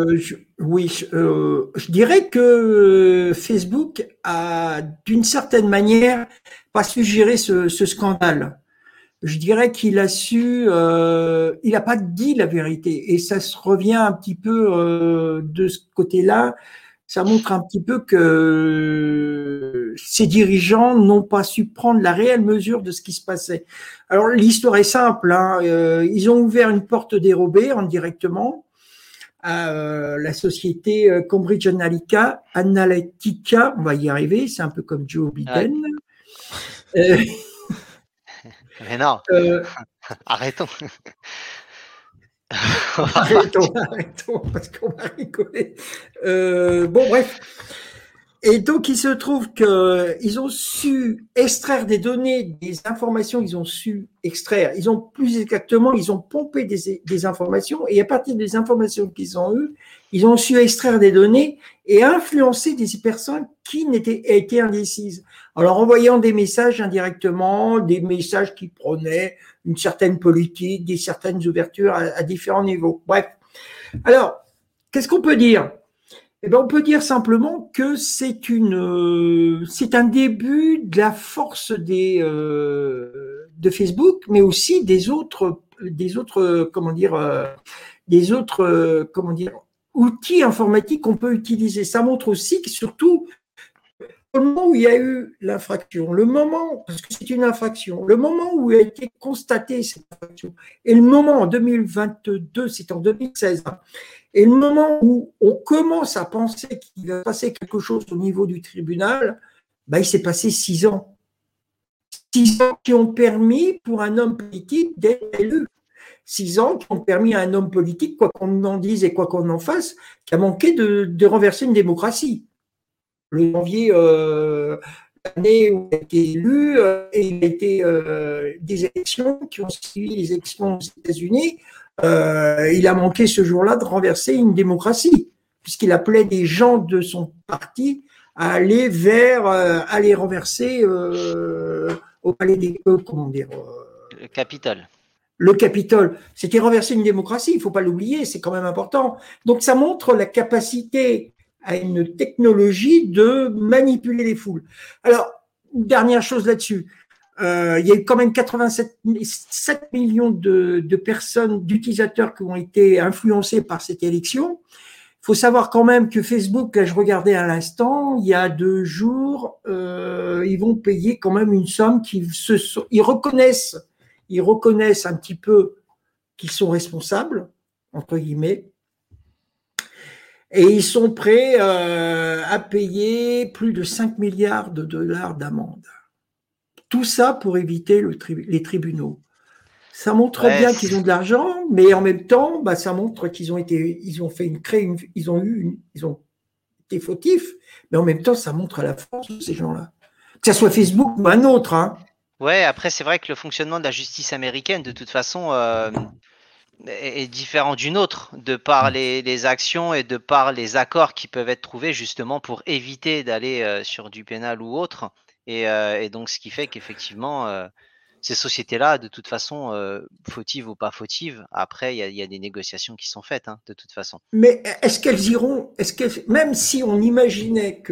dirais que Facebook a, d'une certaine manière, pas su gérer ce scandale. Je dirais qu'il a su, il n'a pas dit la vérité, et ça se revient un petit peu de ce côté-là. Ça montre un petit peu que ces dirigeants n'ont pas su prendre la réelle mesure de ce qui se passait. Alors l'histoire est simple, hein, ils ont ouvert une porte dérobée indirectement à la société Cambridge Analytica, on va y arriver, c'est un peu comme Joe Biden. Ouais. Mais non, arrêtons. arrêtons, parce qu'on va rigoler. Bon, bref. Et donc, il se trouve qu'ils ont su extraire des données, des informations qu'ils ont su extraire. Ils ont plus exactement, ils ont pompé des informations, et à partir des informations qu'ils ont eues, ils ont su extraire des données et influencer des personnes qui étaient indécises. Alors, en envoyant des messages indirectement, des messages qui prônaient une certaine politique, des certaines ouvertures à différents niveaux. Bref. Alors, qu'est-ce qu'on peut dire ? Eh ben, on peut dire simplement que c'est un début de la force de Facebook, mais aussi des autres, outils informatiques qu'on peut utiliser. Ça montre aussi que surtout, au moment où il y a eu l'infraction, parce que c'est une infraction, le moment où a été constatée cette infraction, et le moment en 2022, c'est en 2016, hein, et le moment où on commence à penser qu'il va passer quelque chose au niveau du tribunal, bah, il s'est passé 6 ans. 6 ans qui ont permis pour un homme politique d'être élu. 6 ans qui ont permis à un homme politique, quoi qu'on en dise et quoi qu'on en fasse, qui a manqué de renverser une démocratie. Le janvier, l'année où il a été élu, et il a été des élections qui ont suivi les élections aux États-Unis, il a manqué ce jour-là de renverser une démocratie, puisqu'il appelait des gens de son parti à aller à les renverser au palais des Le Capitole. Le Capitole. C'était renverser une démocratie, il ne faut pas l'oublier, c'est quand même important. Donc ça montre la capacité à une technologie de manipuler les foules. Alors, dernière chose là-dessus. Il y a eu quand même 7 millions de personnes, d'utilisateurs qui ont été influencés par cette élection. Il faut savoir quand même que Facebook, là, je regardais à l'instant, il y a 2 jours, ils vont payer quand même une somme ils reconnaissent un petit peu qu'ils sont responsables, entre guillemets, et ils sont prêts à payer plus de 5 milliards de dollars d'amende. Tout ça pour éviter les tribunaux. Ça montre bien qu'ils ont de l'argent, mais en même temps, bah, ça montre qu'ils ont été fautifs, mais en même temps, ça montre la force de ces gens-là. Que ce soit Facebook ou un autre. Hein. Ouais, après, c'est vrai que le fonctionnement de la justice américaine, de toute façon, est différent d'une autre, de par les actions et de par les accords qui peuvent être trouvés justement pour éviter d'aller sur du pénal ou autre. Et donc, ce qui fait qu'effectivement, ces sociétés-là, de toute façon, fautives ou pas fautives, après, il y a des négociations qui sont faites, hein, de toute façon. Mais est-ce qu'elles iront, même si on imaginait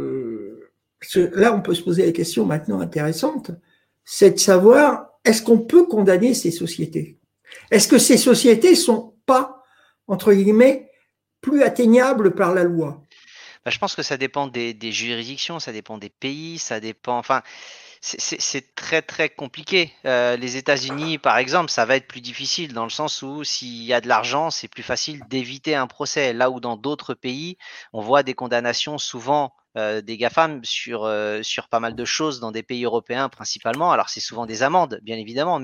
là, on peut se poser la question maintenant intéressante, c'est de savoir, est-ce qu'on peut condamner ces sociétés? Est-ce que ces sociétés sont pas, entre guillemets, plus atteignables par la loi? Bah, je pense que ça dépend des juridictions, ça dépend des pays, ça dépend. Enfin, c'est très très compliqué. Les États-Unis, par exemple, ça va être plus difficile dans le sens où s'il y a de l'argent, c'est plus facile d'éviter un procès. Là où dans d'autres pays, on voit des condamnations souvent des GAFAM sur pas mal de choses dans des pays européens principalement. Alors c'est souvent des amendes, bien évidemment,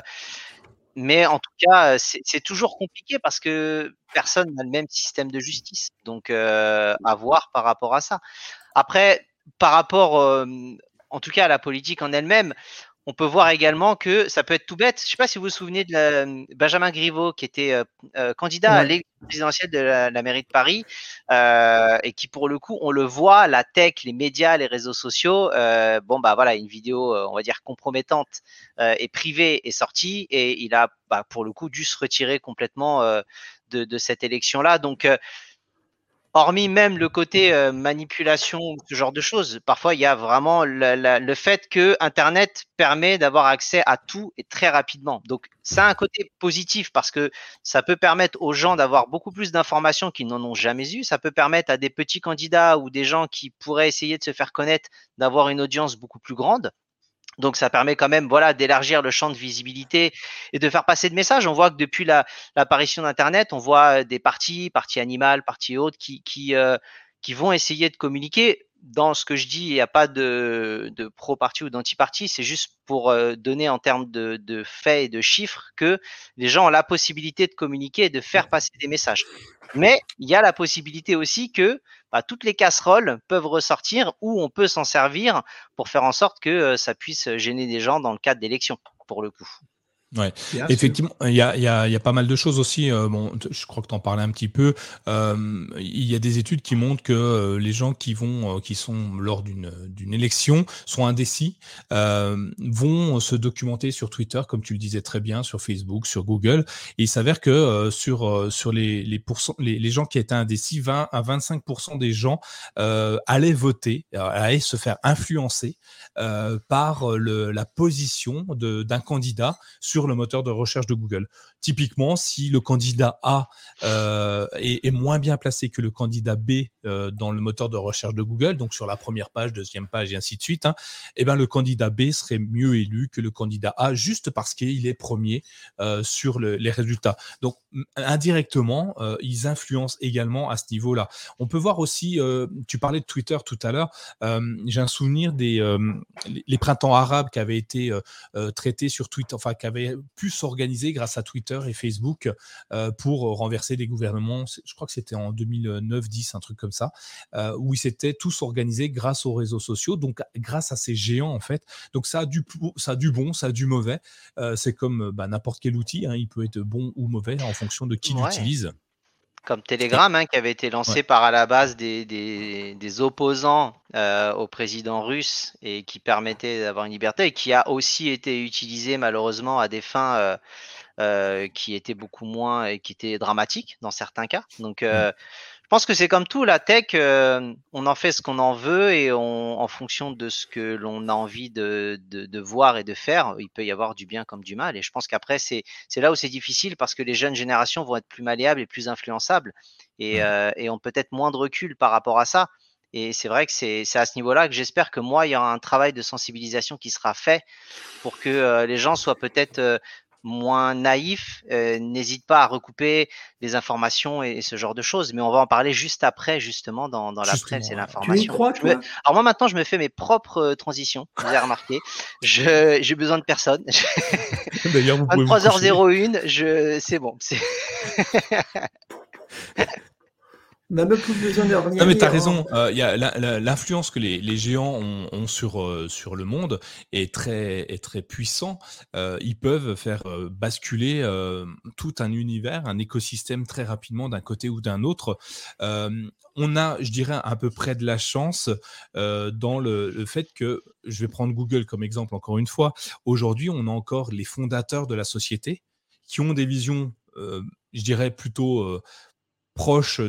mais en tout cas, c'est toujours compliqué parce que personne n'a le même système de justice. Donc, à voir par rapport à ça. Après, par rapport, en tout cas, à la politique en elle-même, on peut voir également que ça peut être tout bête. Je ne sais pas si vous vous souvenez de Benjamin Griveaux, qui était candidat à l'élection présidentielle de la mairie de Paris, et qui, pour le coup, on le voit, la tech, les médias, les réseaux sociaux, voilà, une vidéo, on va dire, compromettante et privée est sortie, et il a, pour le coup, dû se retirer complètement de cette élection-là. Donc, hormis même le côté manipulation, ce genre de choses, parfois il y a vraiment le fait que Internet permet d'avoir accès à tout et très rapidement. Donc ça a un côté positif parce que ça peut permettre aux gens d'avoir beaucoup plus d'informations qu'ils n'en ont jamais eu. Ça peut permettre à des petits candidats ou des gens qui pourraient essayer de se faire connaître d'avoir une audience beaucoup plus grande. Donc ça permet quand même, voilà, d'élargir le champ de visibilité et de faire passer de messages. On voit que depuis l'apparition d'Internet, on voit des partis animales, partis autres, qui vont essayer de communiquer. Dans ce que je dis, il n'y a pas de pro-parti ou d'anti-parti, c'est juste pour donner en termes de faits et de chiffres que les gens ont la possibilité de communiquer et de faire passer des messages. Mais il y a la possibilité aussi que toutes les casseroles peuvent ressortir ou on peut s'en servir pour faire en sorte que ça puisse gêner des gens dans le cadre d'élections, pour le coup. Ouais, Bien sûr. effectivement, il y a pas mal de choses aussi. Bon, je crois que tu en parlais un petit peu. Il y a des études qui montrent que les gens qui sont lors d'une élection, sont indécis, vont se documenter sur Twitter, comme tu le disais très bien, sur Facebook, sur Google. Et il s'avère que sur les gens qui étaient indécis, 20 à 25% des gens allaient voter, allaient se faire influencer par la position d'un candidat sur le moteur de recherche de Google. Typiquement, si le candidat A est moins bien placé que le candidat B dans le moteur de recherche de Google, donc sur la première page, deuxième page et ainsi de suite, eh ben le candidat B serait mieux élu que le candidat A juste parce qu'il est premier sur les résultats. Donc indirectement, ils influencent également à ce niveau-là. On peut voir aussi, tu parlais de Twitter tout à l'heure, j'ai un souvenir les printemps arabes qui avaient été traités sur Twitter, enfin qui avaient pu s'organiser grâce à Twitter et Facebook pour renverser des gouvernements. Je crois que c'était en 2009-10, un truc comme ça, où ils s'étaient tous organisés grâce aux réseaux sociaux, donc grâce à ces géants en fait. Donc ça a du bon, ça a du mauvais. C'est comme n'importe quel outil, il peut être bon ou mauvais en fonction de qui Ouais. l'utilise. Comme Telegram, qui avait été lancé Ouais. par à la base des opposants au président russe et qui permettait d'avoir une liberté et qui a aussi été utilisé malheureusement à des fins qui étaient beaucoup moins et qui étaient dramatiques dans certains cas. Donc je pense que c'est comme tout, la tech, on en fait ce qu'on en veut et en fonction de ce que l'on a envie de voir et de faire, il peut y avoir du bien comme du mal. Et je pense qu'après, c'est là où c'est difficile parce que les jeunes générations vont être plus malléables et plus influençables et ont peut-être moins de recul par rapport à ça. Et c'est vrai que c'est à ce niveau-là que j'espère que moi, il y aura un travail de sensibilisation qui sera fait pour que les gens soient peut-être moins naïfs, n'hésitent pas à recouper les informations et ce genre de choses. Mais on va en parler juste après, justement, dans la presse et Justement, Tu y l'information. crois, toi? Alors moi, maintenant, je me fais mes propres transitions, vous avez remarqué. J'ai besoin de personne. d'ailleurs, vous pouvez vous coucher. 23h01, c'est bon. On n'a même plus besoin de rien Non mais t'as dire. raison, il y a l'influence que les géants ont sur le monde est très puissant. Ils peuvent faire basculer tout un univers, un écosystème très rapidement d'un côté ou d'un autre. On a, je dirais, à peu près de la chance dans le fait que, je vais prendre Google comme exemple encore une fois, aujourd'hui on a encore les fondateurs de la société qui ont des visions, je dirais plutôt proches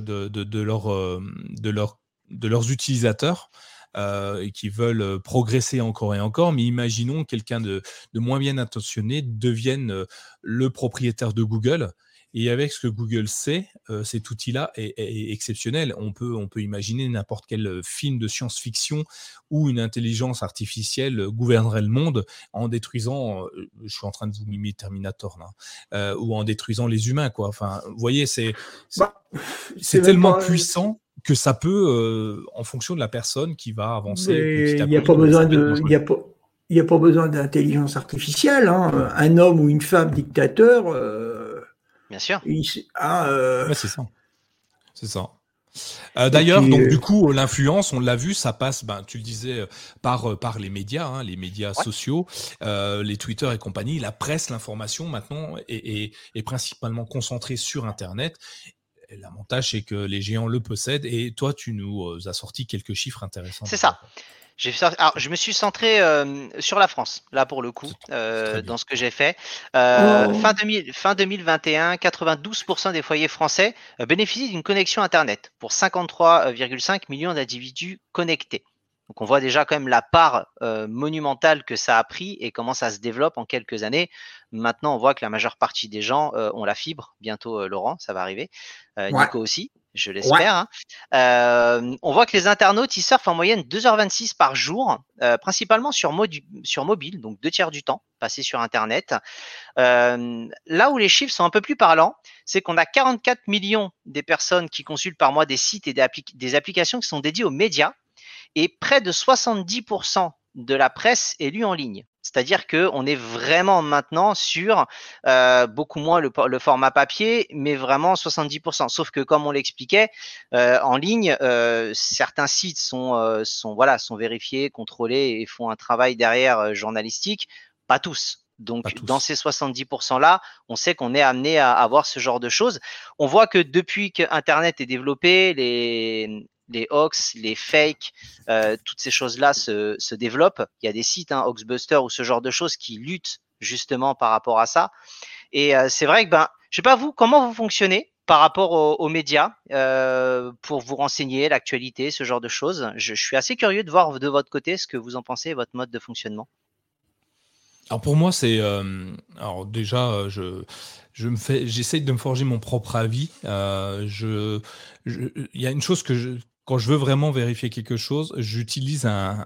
de leurs utilisateurs et qui veulent progresser encore et encore. Mais imaginons quelqu'un de moins bien intentionné devienne le propriétaire de Google. Et avec ce que Google sait, cet outil-là est exceptionnel. On peut imaginer n'importe quel film de science-fiction où une intelligence artificielle gouvernerait le monde en détruisant, je suis en train de vous mimer Terminator là, ou en détruisant les humains, quoi. Enfin, vous voyez, c'est Bah, c'est c'est même tellement pas. puissant que ça peut, en fonction de la personne qui va avancer petit Mais à il n'y a pas petit, besoin ça peut être de, dangereux. il y a pas besoin d'intelligence artificielle, hein. Un homme ou une femme dictateur, Bien sûr. Ouais, c'est ça. C'est ça. Et D'ailleurs, puis, donc du coup, l'influence, on l'a vu, ça passe, tu le disais, par les médias, les médias Ouais. sociaux, les Twitter et compagnie, la presse, l'information maintenant est principalement concentrée sur Internet. Et l'avantage, c'est que les géants le possèdent. Et toi, tu nous as sorti quelques chiffres intéressants. C'est ça. Alors, je me suis centré sur la France, là pour le coup, C'est très bien. dans ce que j'ai fait. oh, Fin 2021, 92% des foyers français bénéficient d'une connexion Internet pour 53,5 millions d'individus connectés. Donc on voit déjà quand même la part monumentale que ça a pris et comment ça se développe en quelques années. Maintenant, on voit que la majeure partie des gens ont la fibre. Bientôt, Laurent, ça va arriver. ouais, Nico aussi, je ouais, l'espère. On voit que les internautes, ils surfent en moyenne 2h26 par jour, principalement sur mobile, donc 2 tiers du temps passé sur Internet. Là où les chiffres sont un peu plus parlants, c'est qu'on a 44 millions des personnes qui consultent par mois des sites et des applications qui sont dédiées aux médias et près de 70% de la presse est lue en ligne. C'est-à-dire qu'on est vraiment maintenant sur beaucoup moins le format papier, mais vraiment 70%. Sauf que comme on l'expliquait, en ligne, certains sites sont vérifiés, contrôlés et font un travail derrière journalistique. Pas tous. Donc, dans ces 70%-là, on sait qu'on est amené à avoir ce genre de choses. On voit que depuis que Internet est développé, les hoax, les fakes, toutes ces choses-là se développent. Il y a des sites, Hoaxbuster ou ce genre de choses qui luttent justement par rapport à ça. Et c'est vrai que, je sais pas vous, comment vous fonctionnez par rapport aux médias pour vous renseigner, l'actualité, ce genre de choses. Je suis assez curieux de voir de votre côté ce que vous en pensez, votre mode de fonctionnement. Alors pour moi, c'est alors déjà, j'essaye de me forger mon propre avis. Il y a une chose quand je veux vraiment vérifier quelque chose, j'utilise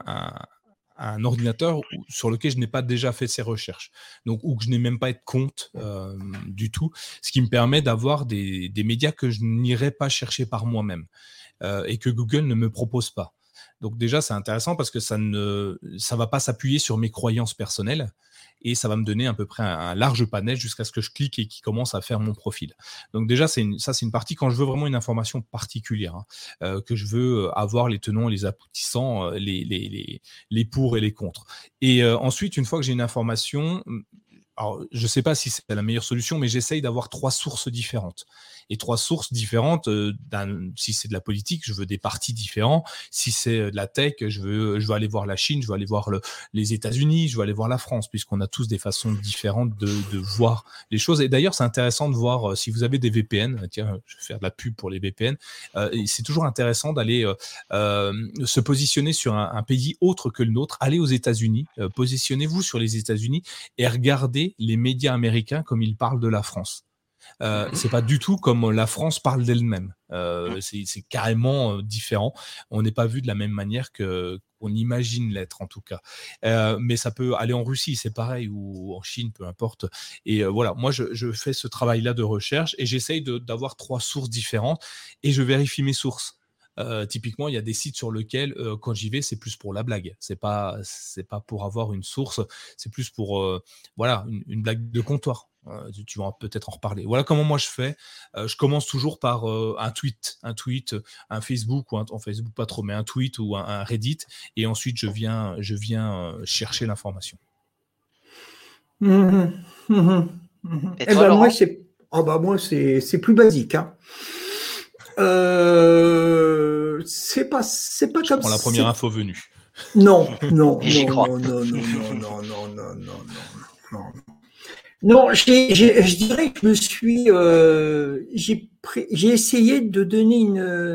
un ordinateur sur lequel je n'ai pas déjà fait ces recherches, donc ou que je n'ai même pas de compte du tout, ce qui me permet d'avoir des médias que je n'irai pas chercher par moi-même et que Google ne me propose pas. Donc déjà, c'est intéressant parce que ça va pas s'appuyer sur mes croyances personnelles et ça va me donner à peu près un large panel jusqu'à ce que je clique et qu'il commence à faire mon profil. Donc déjà, c'est une partie quand je veux vraiment une information particulière, que je veux avoir les tenants, les aboutissants, les pour et les contre. Et ensuite, une fois que j'ai une information, alors je ne sais pas si c'est la meilleure solution, mais j'essaye d'avoir 3 sources différentes. Et 3 sources différentes, si c'est de la politique, je veux des partis différents. Si c'est de la tech, je veux aller voir la Chine, je veux aller voir les États-Unis, je veux aller voir la France, puisqu'on a tous des façons différentes de voir les choses. Et d'ailleurs, c'est intéressant de voir si vous avez des VPN. Tiens, je vais faire de la pub pour les VPN. Et c'est toujours intéressant d'aller se positionner sur un pays autre que le nôtre. Allez aux États-Unis, positionnez-vous sur les États-Unis et regardez les médias américains comme ils parlent de la France. C'est pas du tout comme la France parle d'elle-même. C'est carrément différent. On n'est pas vu de la même manière qu'on imagine l'être en tout cas. Mais ça peut aller en Russie, c'est pareil, ou en Chine, peu importe. Et voilà, moi je fais ce travail-là de recherche et j'essaye d'avoir 3 sources différentes et je vérifie mes sources. Typiquement, il y a des sites sur lesquels, quand j'y vais, c'est plus pour la blague. C'est pas pour avoir une source, c'est plus pour voilà une blague de comptoir. Tu vas peut-être en reparler. Voilà comment moi je fais. Je commence toujours par un tweet, un Facebook ou en Facebook pas trop, mais un tweet ou un Reddit, et ensuite je viens chercher l'information. Et toi, Laurent ? Moi c'est plus basique. C'est pas comme la première info venue. Non. J'y crois. Non, je dirais que j'ai essayé de donner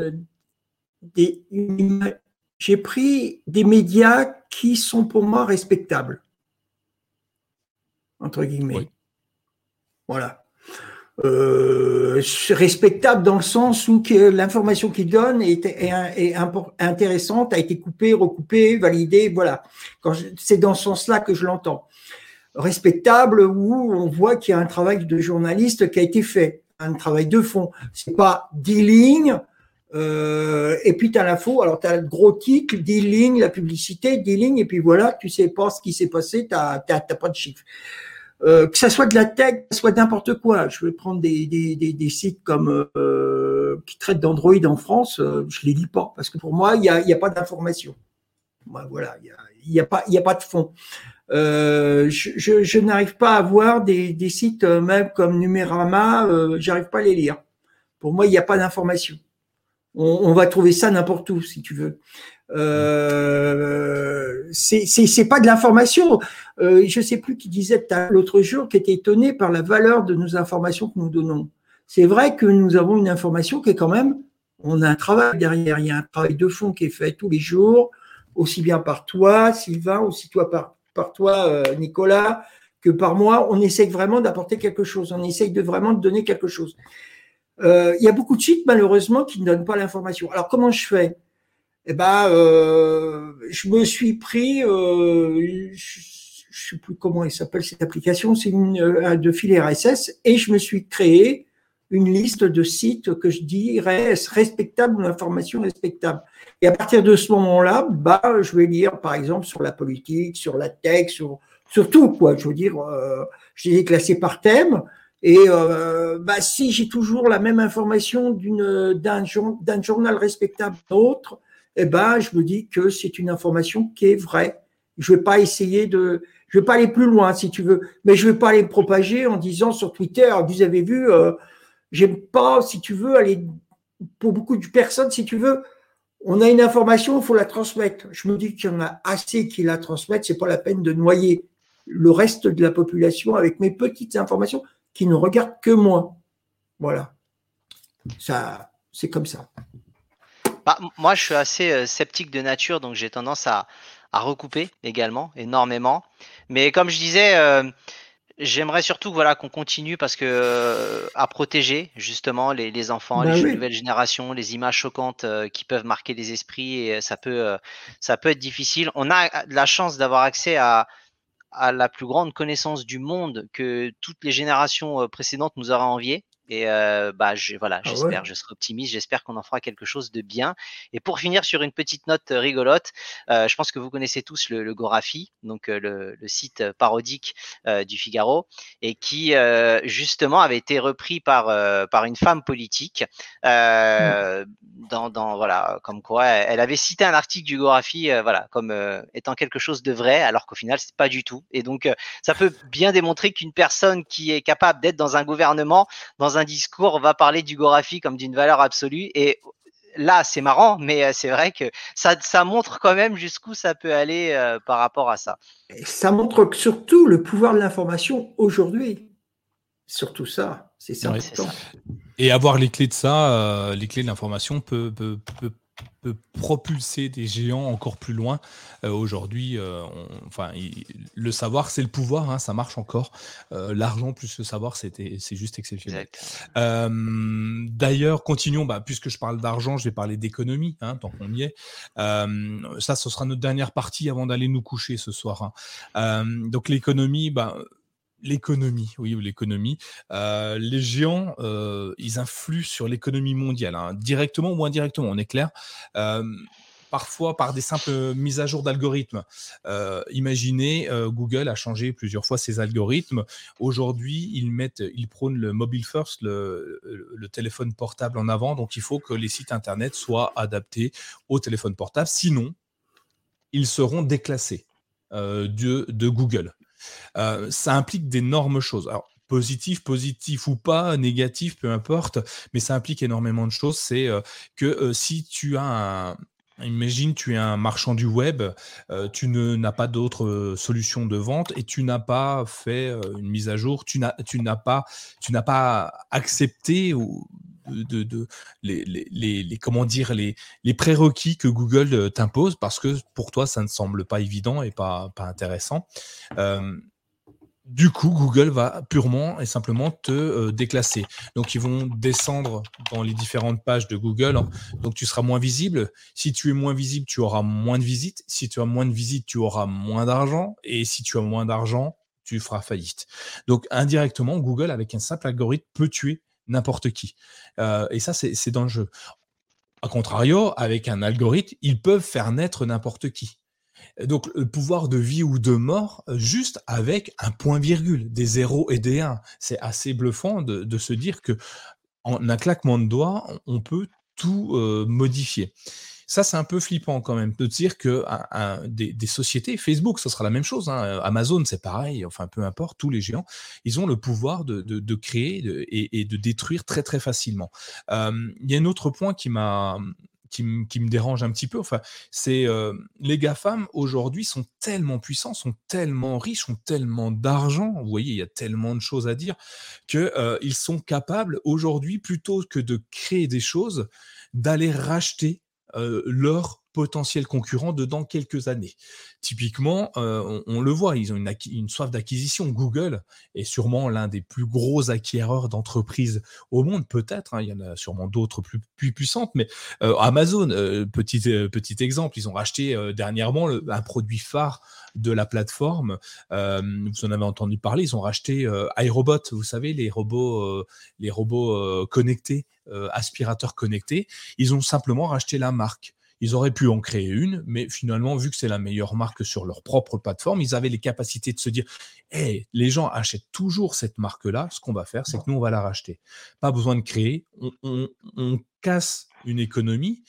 j'ai pris des médias qui sont pour moi respectables, entre guillemets. Oui. Voilà. Respectable dans le sens où l'information qu'il donne est intéressante, a été coupée, recoupée, validée, voilà. C'est dans ce sens-là que je l'entends. Respectable où on voit qu'il y a un travail de journaliste qui a été fait, un travail de fond. C'est pas 10 lignes et puis tu as l'info, alors tu as le gros titre, 10 lignes, la publicité, 10 lignes et puis voilà, tu sais pas ce qui s'est passé, t'as pas de chiffres. Que ça soit de la tech, que ça soit n'importe quoi. Je vais prendre des sites comme qui traitent d'Android en France, je les lis pas parce que pour moi il y a pas d'information. Voilà, il y a pas de fond. Je n'arrive pas à voir des sites même comme Numérama, j'arrive pas à les lire. Pour moi, il n'y a pas d'information. On va trouver ça n'importe où, si tu veux. C'est pas de l'information. Je sais plus qui disait l'autre jour qui était étonné par la valeur de nos informations que nous donnons. C'est vrai que nous avons une information qui est quand même, on a un travail derrière, il y a un travail de fond qui est fait tous les jours, aussi bien par toi, Sylvain, aussi par toi, Nicolas, que par moi. On essaye vraiment d'apporter quelque chose. On essaye vraiment de donner quelque chose. Il y a beaucoup de sites, malheureusement, qui ne donnent pas l'information. Alors, comment je fais ? Je me suis pris, je sais plus comment elle s'appelle cette application, c'est une de fil RSS, et je me suis créé une liste de sites que je dirais respectables, d'informations respectables. Et à partir de ce moment-là, je vais lire, par exemple, sur la politique, sur la tech, sur tout, quoi. Je veux dire, je les ai classés par thème. Et si j'ai toujours la même information d'un journal respectable d'autre, je me dis que c'est une information qui est vraie. Je vais pas essayer Je vais pas aller plus loin, si tu veux, mais je vais pas aller me propager en disant sur Twitter, vous avez vu, j'aime pas, si tu veux, aller pour beaucoup de personnes, si tu veux, on a une information, il faut la transmettre. Je me dis qu'il y en a assez qui la transmettent, c'est pas la peine de noyer le reste de la population avec mes petites informations qui ne regardent que moi. Voilà. Ça, c'est comme ça. Bah, moi, je suis assez sceptique de nature, donc j'ai tendance à recouper également, énormément. Mais comme je disais, j'aimerais surtout voilà, qu'on continue parce que à protéger justement les enfants, les Oui. nouvelles générations, les images choquantes qui peuvent marquer les esprits et ça peut être difficile. On a de la chance d'avoir accès à la plus grande connaissance du monde que toutes les générations précédentes nous auraient envié. Et j'espère, je serai optimiste, j'espère qu'on en fera quelque chose de bien. Et pour finir sur une petite note rigolote, je pense que vous connaissez tous le Gorafi, donc le site parodique du Figaro, et qui justement avait été repris par une femme politique, voilà, comme quoi elle avait cité un article du Gorafi, voilà, comme étant quelque chose de vrai, alors qu'au final c'est pas du tout. Et donc ça peut bien démontrer qu'une personne qui est capable d'être dans un gouvernement, dans un discours, va parler du Gorafi comme d'une valeur absolue. Et là, c'est marrant, mais c'est vrai que ça montre quand même jusqu'où ça peut aller par rapport à ça. Et ça montre surtout le pouvoir de l'information aujourd'hui. Surtout ça, c'est ça. Ouais. Et avoir les clés de ça, les clés de l'information peut propulser des géants encore plus loin. Aujourd'hui, le savoir, c'est le pouvoir, hein, ça marche encore. L'argent plus le savoir, c'est juste exceptionnel. D'ailleurs, continuons, puisque je parle d'argent, je vais parler d'économie, hein, tant qu'on y est. Ça, ce sera notre dernière partie avant d'aller nous coucher ce soir. Hein. Donc l'économie, l'économie. Les géants, ils influent sur l'économie mondiale, hein, directement ou indirectement, on est clair. Parfois par des simples mises à jour d'algorithmes. Imaginez, Google a changé plusieurs fois ses algorithmes. Aujourd'hui, ils prônent le mobile first, le téléphone portable en avant. Donc, il faut que les sites internet soient adaptés au téléphone portable. Sinon, ils seront déclassés de Google. Ça implique d'énormes choses. Alors, positif ou pas, négatif, peu importe, mais ça implique énormément de choses. C'est que si tu as imagine, tu es un marchand du web, tu n'as pas d'autre solution de vente et tu n'as pas fait une mise à jour, tu n'as pas accepté les prérequis que Google t'impose parce que pour toi, ça ne semble pas évident et pas intéressant. Du coup, Google va purement et simplement te déclasser. Donc, ils vont descendre dans les différentes pages de Google. Donc, tu seras moins visible. Si tu es moins visible, tu auras moins de visites. Si tu as moins de visites, tu auras moins d'argent. Et si tu as moins d'argent, tu feras faillite. Donc, indirectement, Google, avec un simple algorithme, peut tuer n'importe qui. Et ça, c'est dans le jeu. A contrario, avec un algorithme, ils peuvent faire naître n'importe qui. Donc, le pouvoir de vie ou de mort, juste avec un point-virgule, des 0 et des 1. C'est assez bluffant de se dire que en un claquement de doigts, on peut tout modifier. Ça, c'est un peu flippant quand même, de dire que des sociétés, Facebook, ça sera la même chose, hein, Amazon, c'est pareil, enfin peu importe, tous les géants, ils ont le pouvoir de créer et de détruire très très facilement. Il y a un autre point qui me dérange un petit peu, c'est les GAFAM aujourd'hui sont tellement puissants, sont tellement riches, ont tellement d'argent, vous voyez, il y a tellement de choses à dire, qu'ils sont capables aujourd'hui, plutôt que de créer des choses, d'aller racheter leurs potentiels concurrents dans quelques années. Typiquement, on le voit, ils ont une soif d'acquisition. Google est sûrement l'un des plus gros acquéreurs d'entreprises au monde, peut-être, hein, il y en a sûrement d'autres plus puissantes, mais Amazon, petit exemple, ils ont racheté dernièrement un produit phare de la plateforme, vous en avez entendu parler, ils ont racheté iRobot, vous savez, les robots connectés, aspirateurs connectés, ils ont simplement racheté la marque. Ils auraient pu en créer une, mais finalement, vu que c'est la meilleure marque sur leur propre plateforme, ils avaient les capacités de se dire hey, les gens achètent toujours cette marque-là, ce qu'on va faire, c'est que nous, on va la racheter. Pas besoin de créer, on casse une économie,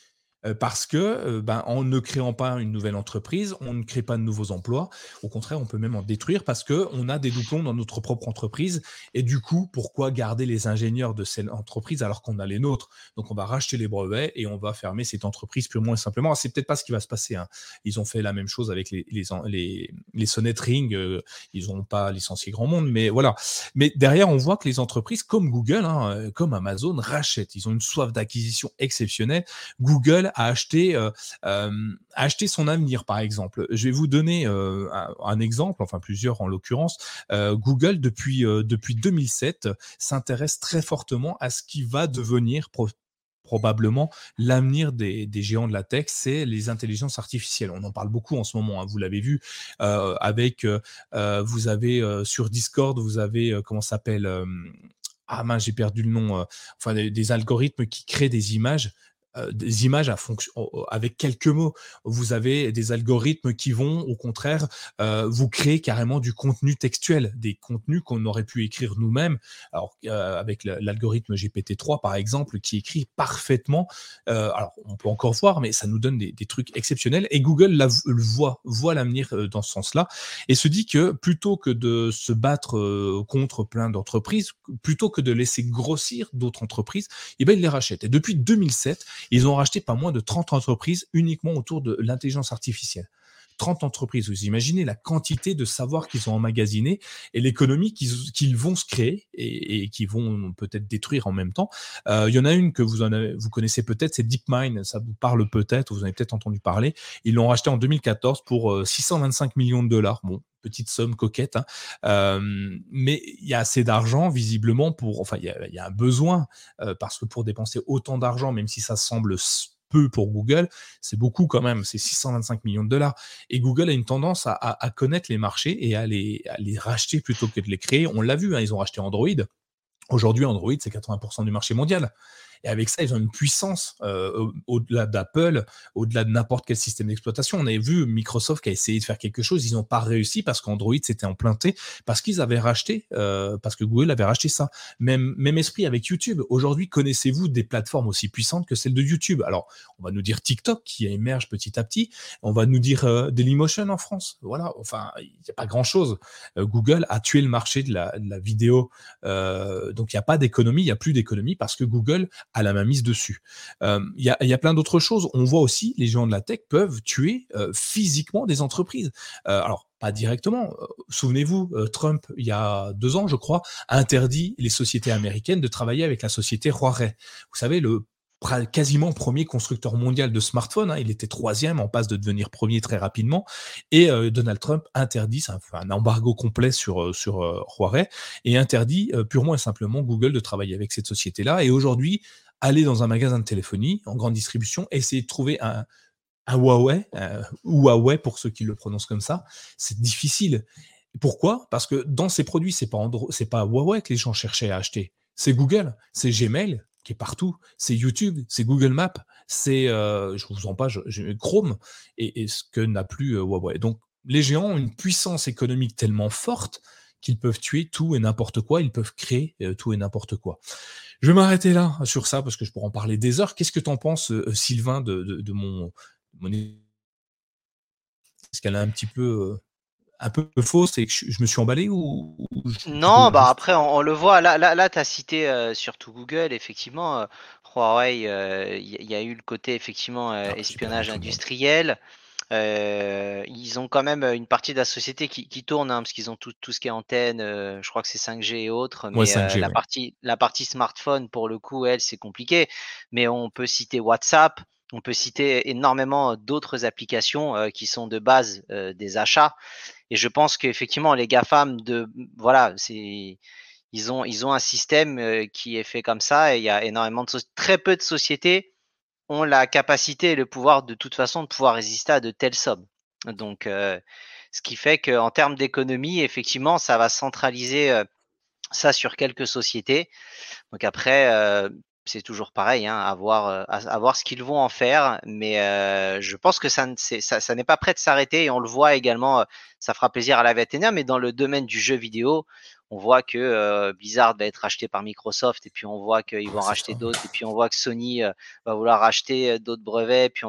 Parce que, en ne créant pas une nouvelle entreprise, on ne crée pas de nouveaux emplois. Au contraire, on peut même en détruire parce qu'on a des doublons dans notre propre entreprise et du coup, pourquoi garder les ingénieurs de cette entreprise alors qu'on a les nôtres? Donc on va racheter les brevets et on va fermer cette entreprise purement et simplement. C'est peut-être pas ce qui va se passer, hein. Ils ont fait la même chose avec les sonnettes Ring, ils n'ont pas licencié grand monde, mais voilà. Mais derrière, on voit que les entreprises comme Google, hein, comme Amazon rachètent. Ils ont une soif d'acquisition exceptionnelle. Google a acheté son avenir, par exemple. Je vais vous donner un exemple, enfin plusieurs en l'occurrence. Google, depuis 2007, s'intéresse très fortement à ce qui va devenir probablement l'avenir des géants de la tech, c'est les intelligences artificielles. On en parle beaucoup en ce moment, hein, vous l'avez vu, vous avez sur Discord, vous avez, comment ça s'appelle, ah mince, j'ai perdu le nom, enfin des algorithmes qui créent des images avec quelques mots. Vous avez des algorithmes qui vont, au contraire, vous créer carrément du contenu textuel, des contenus qu'on aurait pu écrire nous-mêmes. Alors, avec l'algorithme GPT-3, par exemple, qui écrit parfaitement. Alors, on peut encore voir, mais ça nous donne des trucs exceptionnels. Et Google voit l'avenir dans ce sens-là et se dit que plutôt que de se battre contre plein d'entreprises, plutôt que de laisser grossir d'autres entreprises, eh ben, il les rachète. Et depuis 2007, ils ont racheté pas moins de 30 entreprises uniquement autour de l'intelligence artificielle. 30 entreprises, vous imaginez la quantité de savoir qu'ils ont emmagasiné et l'économie qu'ils vont se créer et qui vont peut-être détruire en même temps. Il y en a une que vous connaissez peut-être, c'est DeepMind, ça vous parle peut-être, vous en avez peut-être entendu parler. Ils l'ont racheté en 2014 pour 625 millions de dollars. Bon, petite somme coquette, hein. Mais il y a assez d'argent visiblement il y a un besoin parce que pour dépenser autant d'argent, même si ça semble peu pour Google, c'est beaucoup quand même, c'est 625 millions de dollars. Et Google a une tendance à connaître les marchés et à les racheter plutôt que de les créer. On l'a vu, hein, ils ont racheté Android. Aujourd'hui, Android, c'est 80% du marché mondial. Et avec ça, ils ont une puissance au-delà d'Apple, au-delà de n'importe quel système d'exploitation. On avait vu Microsoft qui a essayé de faire quelque chose, ils n'ont pas réussi parce qu'Android s'était implanté, parce qu'ils avaient racheté, parce que Google avait racheté ça. Même esprit avec YouTube. Aujourd'hui, connaissez-vous des plateformes aussi puissantes que celle de YouTube? Alors, on va nous dire TikTok qui émerge petit à petit, on va nous dire Dailymotion en France. Voilà, enfin, il n'y a pas grand-chose. Google a tué le marché de la vidéo, donc il n'y a pas d'économie, il n'y a plus d'économie parce que Google a la mainmise dessus. Il y a plein d'autres choses. On voit aussi les géants de la tech peuvent tuer physiquement des entreprises. Alors, pas directement. Souvenez-vous, Trump, il y a 2 ans, je crois, a interdit les sociétés américaines de travailler avec la société Huawei. Vous savez, le quasiment premier constructeur mondial de smartphones, hein, il était 3e, en passe de devenir premier très rapidement, et Donald Trump interdit, ça fait un embargo complet sur Huawei, et interdit purement et simplement Google de travailler avec cette société-là, et aujourd'hui, aller dans un magasin de téléphonie, en grande distribution, essayer de trouver un Huawei, ou Huawei pour ceux qui le prononcent comme ça, c'est difficile. Pourquoi? Parce que dans ces produits, c'est pas Huawei que les gens cherchaient à acheter, c'est Google, c'est Gmail qui est partout, c'est YouTube, c'est Google Maps, c'est, je vous en passe, Chrome, et ce que n'a plus Huawei. Donc, les géants ont une puissance économique tellement forte qu'ils peuvent tuer tout et n'importe quoi, ils peuvent créer tout et n'importe quoi. Je vais m'arrêter là sur ça parce que je pourrais en parler des heures. Qu'est-ce que tu en penses, Sylvain, de mon est-ce qu'elle est un peu fausse et que je me suis emballé ou je Non, dois bah juste... après on le voit. Là, tu as cité surtout Google, effectivement. Huawei, il y a eu le côté effectivement Ah, j'ai perdu espionnage tout le monde. industriel. Ils ont quand même une partie de la société qui tourne, hein, parce qu'ils ont tout ce qui est antenne, je crois que c'est 5G et autres, Ouais, mais 5G, oui. la partie smartphone, pour le coup, elle, c'est compliqué. Mais on peut citer WhatsApp, on peut citer énormément d'autres applications qui sont de base des achats. Et je pense qu'effectivement, les GAFAM, voilà, ils ont un système qui est fait comme ça, et il y a énormément très peu de sociétés ont la capacité et le pouvoir de toute façon de pouvoir résister à de telles sommes. Donc, ce qui fait qu'en termes d'économie, effectivement, ça va centraliser ça sur quelques sociétés. Donc après, c'est toujours pareil, hein, à voir ce qu'ils vont en faire. Mais je pense que ça n'est pas prêt de s'arrêter. Et on le voit également, ça fera plaisir à la VTNA, mais dans le domaine du jeu vidéo, on voit que Blizzard va être racheté par Microsoft, et puis on voit qu'ils vont c'est racheter ça. d'autres, et puis on voit que Sony va vouloir racheter d'autres brevets, et puis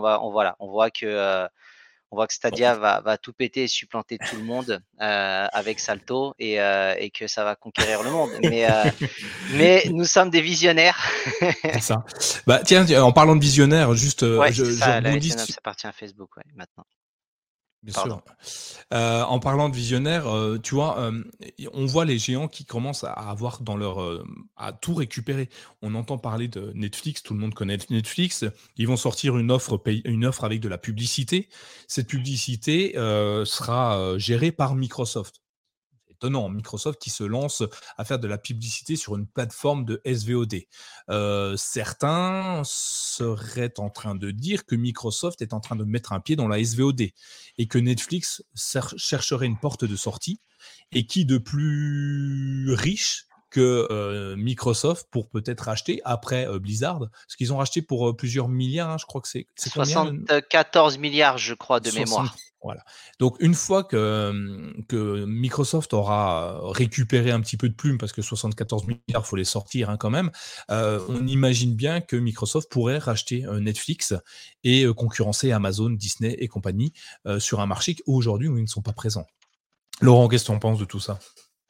on voit que Stadia va tout péter et supplanter tout le monde avec Salto, et que ça va conquérir le monde. Mais nous sommes des visionnaires. C'est ça. Bah, tiens, en parlant de visionnaire, juste, Ouais, c'est je ça, la rebondis SNF, ça appartient à Facebook, ouais, maintenant. bien Pardon. sûr. En parlant de visionnaire, tu vois, on voit les géants qui commencent à avoir dans leur, à tout récupérer. On entend parler de Netflix, tout le monde connaît Netflix. Ils vont sortir une offre avec de la publicité. Cette publicité sera gérée par Microsoft. Étonnant, Microsoft qui se lance à faire de la publicité sur une plateforme de SVOD. Certains seraient en train de dire que Microsoft est en train de mettre un pied dans la SVOD et que Netflix chercherait une porte de sortie, et qui de plus riche que Microsoft pour peut-être racheter après Blizzard, parce qu'ils ont racheté pour plusieurs milliards, hein, je crois que c'est combien 74 milliards, je crois, de 60, mémoire. voilà. Donc une fois que Microsoft aura récupéré un petit peu de plumes, parce que 74 milliards, faut les sortir quand même, on imagine bien que Microsoft pourrait racheter Netflix et concurrencer Amazon, Disney et compagnie sur un marché aujourd'hui où ils ne sont pas présents. Laurent, qu'est-ce que tu en penses de tout ça?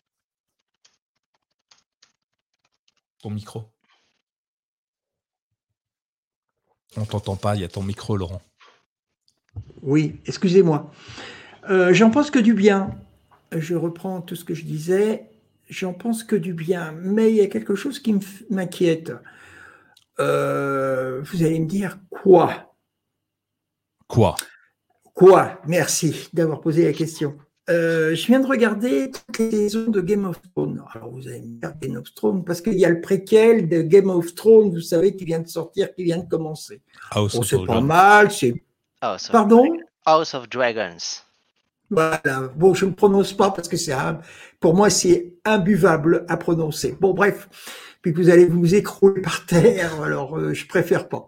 Ton micro. On t'entend pas, il y a ton micro, Laurent. Oui, excusez-moi. J'en pense que du bien. Je reprends tout ce que je disais. J'en pense que du bien. Mais il y a quelque chose qui m'inquiète. Vous allez me dire quoi? Quoi? Merci d'avoir posé la question. Je viens de regarder toutes les saisons de Game of Thrones. Alors vous allez me dire Game of Thrones parce qu'il y a le préquel de Game of Thrones, vous savez, qui vient de sortir, qui vient de commencer. House of C'est pas Dragon. mal, c'est... Pardon? House of Dragons. Voilà. Bon, je ne prononce pas parce que pour moi, c'est imbuvable à prononcer. Bon, bref. Puis vous allez vous écrouler par terre, alors je préfère pas.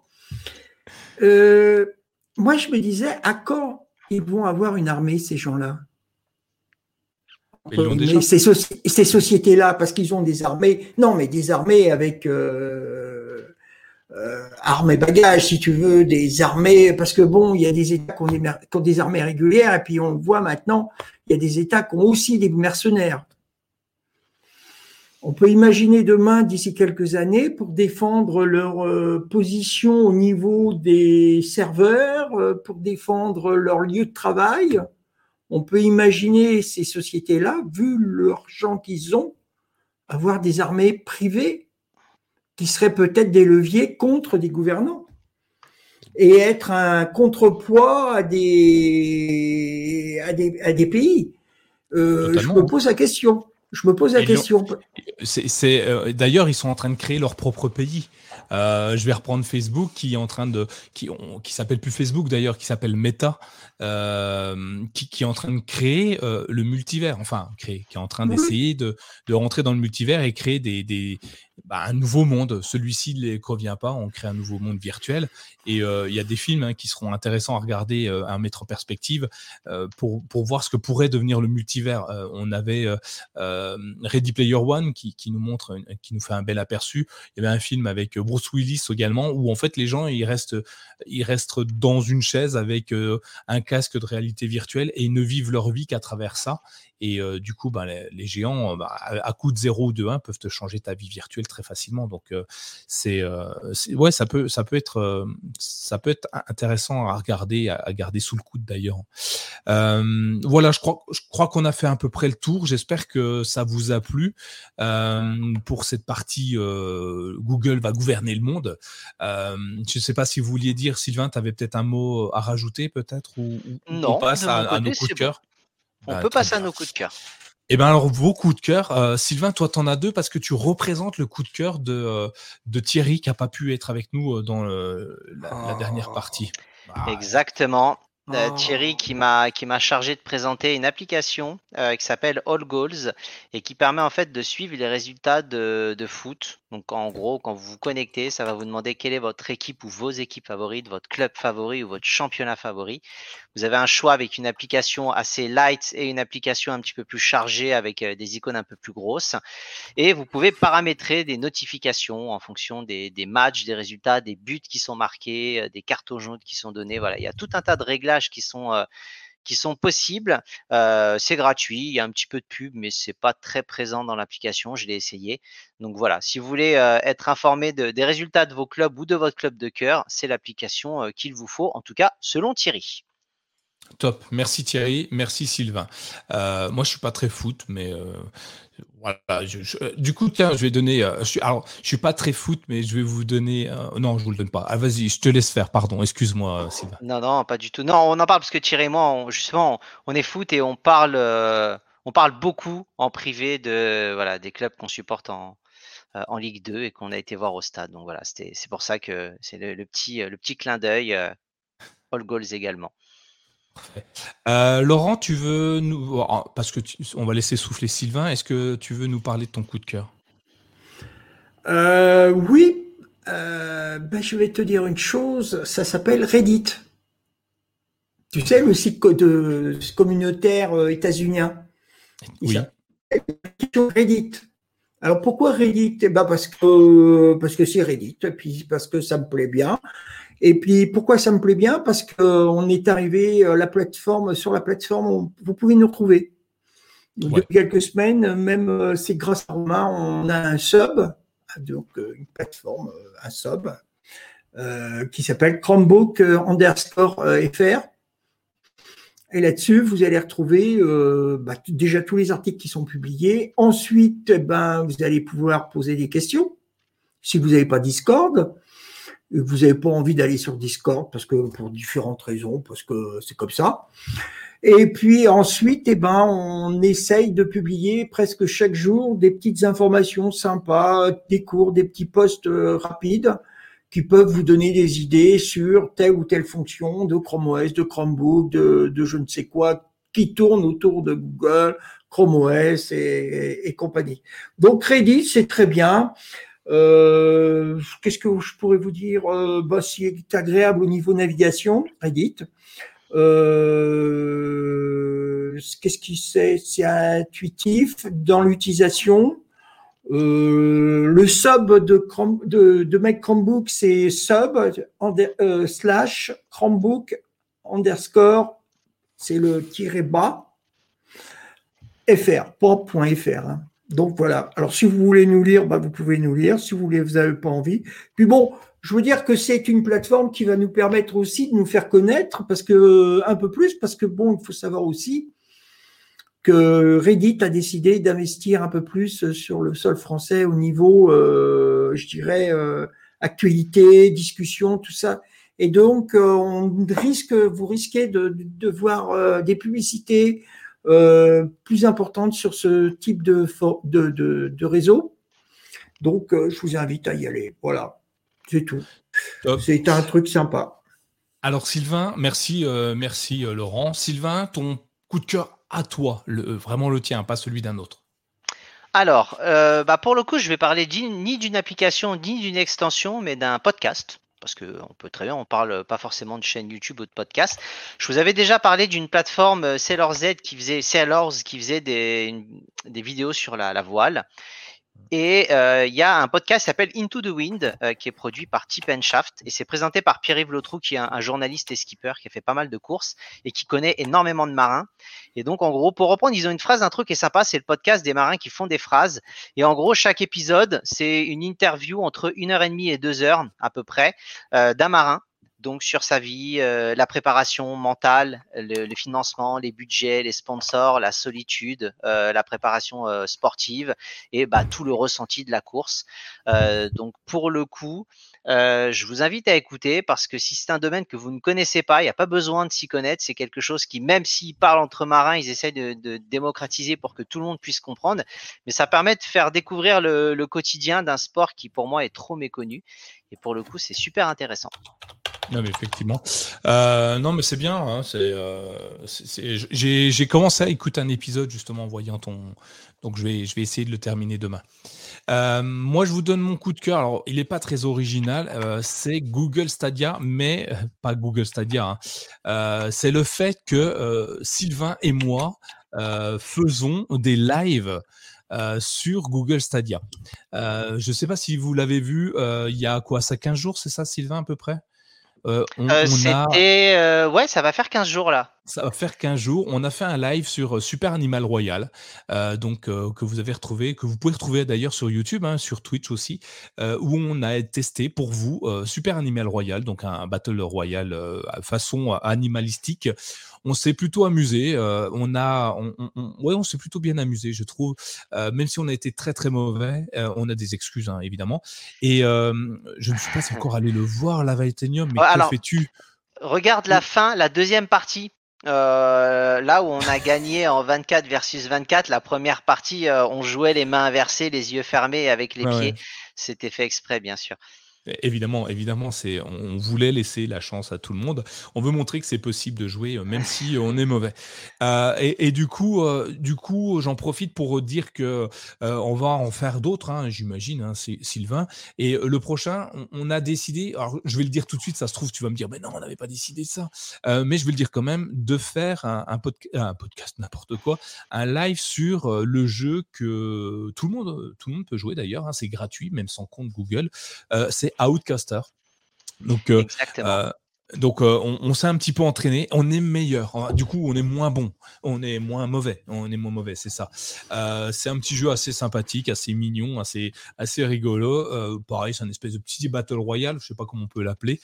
Moi, je me disais, à quand ils vont avoir une armée, ces gens-là? Ils l'ont déjà. Ces sociétés-là, parce qu'ils ont des armées. Non, mais des armées avec armes et bagages, si tu veux, des armées, parce que bon, il y a des États qui ont des armées régulières, et puis on le voit maintenant, il y a des États qui ont aussi des mercenaires. On peut imaginer demain, d'ici quelques années, pour défendre leur position au niveau des serveurs, pour défendre leur lieu de travail, on peut imaginer ces sociétés-là, vu l'argent qu'ils ont, avoir des armées privées qui seraient peut-être des leviers contre des gouvernants et être un contrepoids à des pays. Je me pose la question. D'ailleurs, ils sont en train de créer leur propre pays. Je vais reprendre Facebook qui est en train qui s'appelle plus Facebook d'ailleurs, qui s'appelle Meta, qui est en train de créer le multivers, qui est en train d'essayer de rentrer dans le multivers et créer un nouveau monde. Celui-ci ne convient pas, on crée un nouveau monde virtuel. Et il y a des films qui seront intéressants à regarder, à mettre en perspective pour voir ce que pourrait devenir le multivers. On avait Ready Player One qui nous fait un bel aperçu. Il y avait un film avec Bruce Willis également, où en fait les gens ils restent dans une chaise avec un casque de réalité virtuelle et ils ne vivent leur vie qu'à travers ça. Et du coup, les géants, à coup de 0 ou de 1, peuvent te changer ta vie virtuelle très facilement. Donc, ça peut être intéressant à regarder, à garder sous le coude d'ailleurs. Voilà, je crois qu'on a fait à peu près le tour. J'espère que ça vous a plu pour cette partie Google va gouverner le monde. Je ne sais pas si vous vouliez dire, Sylvain, tu avais peut-être un mot à rajouter peut-être, ou on passe à nos coups de cœur. On peut passer à nos coups de cœur. Eh bien, alors, vos coups de cœur. Sylvain, toi, tu en as deux parce que tu représentes le coup de cœur de Thierry qui n'a pas pu être avec nous dans la dernière partie. Exactement. Thierry qui m'a chargé de présenter une application qui s'appelle All Goals et qui permet en fait de suivre les résultats de foot. Donc en gros, quand vous vous connectez, ça va vous demander quelle est votre équipe ou vos équipes favorites, votre club favori ou votre championnat favori. Vous avez un choix avec une application assez light et une application un petit peu plus chargée avec des icônes un peu plus grosses. Et vous pouvez paramétrer des notifications en fonction des matchs, des résultats, des buts qui sont marqués, des cartons jaunes qui sont donnés. Voilà, il y a tout un tas de réglages qui sont possibles. C'est gratuit, il y a un petit peu de pub, mais c'est pas très présent dans l'application. Je l'ai essayé. Donc voilà, si vous voulez être informé des résultats de vos clubs ou de votre club de cœur, c'est l'application qu'il vous faut, en tout cas selon Thierry. Top, merci Thierry, merci Sylvain. Moi, je suis pas très foot, mais voilà. Du coup, tiens, je vais donner. Je suis pas très foot, mais je vais vous donner. Non, je vous le donne pas. Ah, vas-y, je te laisse faire. Pardon, excuse-moi, Sylvain. Non, non, pas du tout. Non, on en parle parce que Thierry et moi, justement, on est foot et on parle beaucoup en privé voilà, des clubs qu'on supporte en Ligue 2 et qu'on a été voir au stade. Donc voilà, c'est pour ça que c'est le petit clin d'œil. All goals également. Laurent, tu veux nous. Parce que on va laisser souffler Sylvain. Est-ce que tu veux nous parler de ton coup de cœur? Oui, je vais te dire une chose, ça s'appelle Reddit. Tu sais, le site communautaire états-unien. Oui. Reddit. Alors pourquoi Reddit? Parce que c'est Reddit, et puis parce que ça me plaît bien. Et puis pourquoi ça me plaît bien? Parce qu'on est arrivé sur la plateforme, vous pouvez nous retrouver. Donc, depuis quelques semaines, même c'est grâce à Romain, on a un sub, donc une plateforme, un sub, qui s'appelle Chromebook _FR. Et là-dessus, vous allez retrouver déjà tous les articles qui sont publiés. Ensuite, vous allez pouvoir poser des questions. Si vous n'avez pas Discord, vous n'avez pas envie d'aller sur Discord parce que pour différentes raisons, parce que c'est comme ça. Et puis ensuite, on essaye de publier presque chaque jour des petites informations sympas, des cours, des petits posts rapides qui peuvent vous donner des idées sur telle ou telle fonction de Chrome OS, de Chromebook, de je ne sais quoi, qui tourne autour de Google, Chrome OS et compagnie. Donc Reddit, c'est très bien. Qu'est-ce que je pourrais vous dire? C'est agréable au niveau navigation, Reddit. Qu'est-ce qui c'est intuitif dans l'utilisation. Le sub de Make Chromebook, c'est sub / Chromebook _ c'est le -bas fr, pop.fr. Hein. Donc voilà. Alors si vous voulez nous lire, vous pouvez nous lire. Si vous n'avez pas envie. Puis bon, je veux dire que c'est une plateforme qui va nous permettre aussi de nous faire connaître un peu plus, parce que bon, il faut savoir aussi que Reddit a décidé d'investir un peu plus sur le sol français au niveau, actualité, discussion, tout ça. Et donc, vous risquez de voir des publicités plus importantes sur ce type de réseau. Donc, je vous invite à y aller. Voilà, c'est tout. Top. C'est un truc sympa. Alors Sylvain, merci Laurent. Sylvain, ton coup de cœur à toi, vraiment le tien, pas celui d'un autre. Alors, pour le coup, je vais parler ni d'une application ni d'une extension, mais d'un podcast. Parce qu'on peut très bien, on parle pas forcément de chaîne YouTube ou de podcast. Je vous avais déjà parlé d'une plateforme Sailors qui faisait des vidéos sur la voile. Et il y a un podcast qui s'appelle Into the Wind qui est produit par Tip & Shaft et c'est présenté par Pierre-Yves Lotrou qui est un journaliste et skipper qui a fait pas mal de courses et qui connaît énormément de marins. Et donc en gros, pour reprendre, ils ont une phrase, un truc qui est sympa, c'est le podcast des marins qui font des phrases. Et en gros, chaque épisode, c'est une interview entre 1h30 et 2 heures à peu près d'un marin. Donc sur sa vie, la préparation mentale, le financement, les budgets, les sponsors, la solitude, la préparation sportive et tout le ressenti de la course. Donc pour le coup, je vous invite à écouter parce que si c'est un domaine que vous ne connaissez pas, il n'y a pas besoin de s'y connaître. C'est quelque chose qui, même s'ils parlent entre marins, ils essayent de démocratiser pour que tout le monde puisse comprendre. Mais ça permet de faire découvrir le quotidien d'un sport qui pour moi est trop méconnu. Et pour le coup, c'est super intéressant. Non, mais effectivement. Non, mais c'est bien. Hein, j'ai commencé à écouter un épisode justement en voyant ton. Donc je vais essayer de le terminer demain. Moi, je vous donne mon coup de cœur. Alors, il n'est pas très original. C'est Google Stadia, mais pas Google Stadia. Hein. C'est le fait que Sylvain et moi faisons des lives sur Google Stadia. Je ne sais pas si vous l'avez vu. Il y a quoi, ça 15 jours, c'est ça, Sylvain, à peu près? Ouais, ça va faire 15 jours là. Ça va faire 15 jours. On a fait un live sur Super Animal Royal, que vous avez retrouvé, que vous pouvez retrouver d'ailleurs sur YouTube, hein, sur Twitch aussi, où on a testé pour vous Super Animal Royal, donc un battle royal façon animalistique. On s'est plutôt amusé. On s'est plutôt bien amusé, je trouve. Même si on a été très très mauvais, on a des excuses hein, évidemment. Et je ne suis pas encore allé le voir, la Valtenium, mais Ouais, que alors, fais-tu? regarde la fin, la deuxième partie. Là où on a gagné en 24 versus 24, la première partie, on jouait les mains inversées, les yeux fermés avec les Ouais, pieds. ouais. C'était fait exprès, bien sûr. Évidemment, on voulait laisser la chance à tout le monde. On veut montrer que c'est possible de jouer même si on est mauvais. Et du coup, j'en profite pour dire que on va en faire d'autres, hein, j'imagine, hein, c'est Sylvain. Et le prochain, on a décidé. Alors, je vais le dire tout de suite. Ça se trouve, tu vas me dire, mais non, on n'avait pas décidé ça. Mais je vais le dire quand même, de faire un podcast, n'importe quoi, un live sur le jeu que tout le monde peut jouer d'ailleurs. Hein, c'est gratuit, même sans compte Google. C'est Outcaster. Donc, Exactement. on s'est un petit peu entraîné. On est meilleur. Du coup, on est moins bon. On est moins mauvais. C'est ça. C'est un petit jeu assez sympathique, assez mignon, assez rigolo. Pareil, c'est un espèce de petit battle royale. Je sais pas comment on peut l'appeler.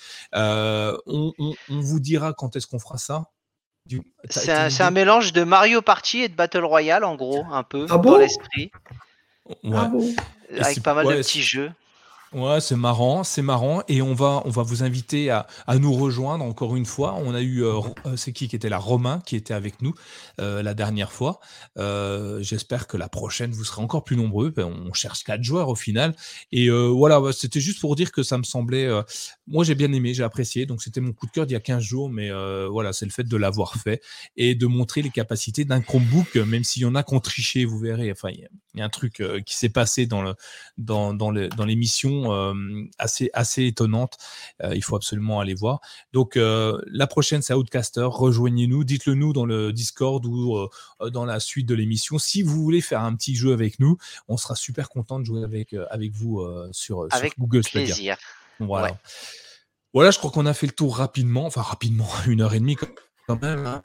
On vous dira quand est-ce qu'on fera ça. C'est un mélange de Mario Party et de Battle Royale, en gros, un peu, Ah dans bon? l'esprit. Ouais. Ah bon? Avec pas mal de petits jeux. Ouais, c'est marrant, et on va vous inviter à nous rejoindre encore une fois. On a eu, c'est qui était là? Romain qui était avec nous la dernière fois. J'espère que la prochaine vous serez encore plus nombreux. On cherche 4 joueurs au final, et voilà, c'était juste pour dire que ça me semblait. Moi, j'ai bien aimé, j'ai apprécié. Donc c'était mon coup de cœur d'il y a 15 jours, mais voilà, c'est le fait de l'avoir fait et de montrer les capacités d'un Chromebook, même s'il y en a qui ont triché, vous verrez. Enfin, il y a un truc qui s'est passé dans l'émission assez étonnante. Il faut absolument aller voir. Donc la prochaine, c'est Outcaster. Rejoignez-nous, dites-le nous dans le Discord ou dans la suite de l'émission. Si vous voulez faire un petit jeu avec nous, on sera super content de jouer avec vous sur Google Stadia. Plaisir. Voilà. Ouais. Voilà, je crois qu'on a fait le tour rapidement, 1h30 quand même. Hein.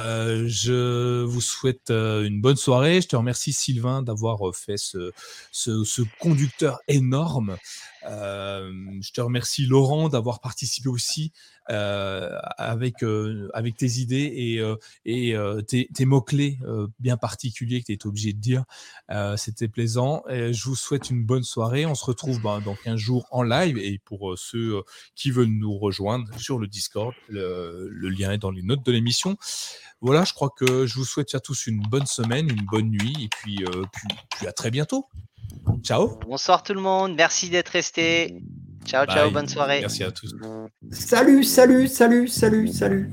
Je vous souhaite une bonne soirée. Je te remercie Sylvain d'avoir fait ce conducteur énorme. Je te remercie Laurent d'avoir participé aussi avec tes idées et tes mots-clés bien particuliers que tu étais obligé de dire. C'était plaisant. Et je vous souhaite une bonne soirée. On se retrouve dans 15 jours en live, et pour ceux qui veulent nous rejoindre sur le Discord, le lien est dans les notes de l'émission. Voilà, je crois que je vous souhaite à tous une bonne semaine, une bonne nuit, et puis à très bientôt. Ciao. Bonsoir tout le monde, merci d'être resté. Ciao, Bye. ciao, bonne soirée. Merci à tous. Salut, salut, salut, salut, salut.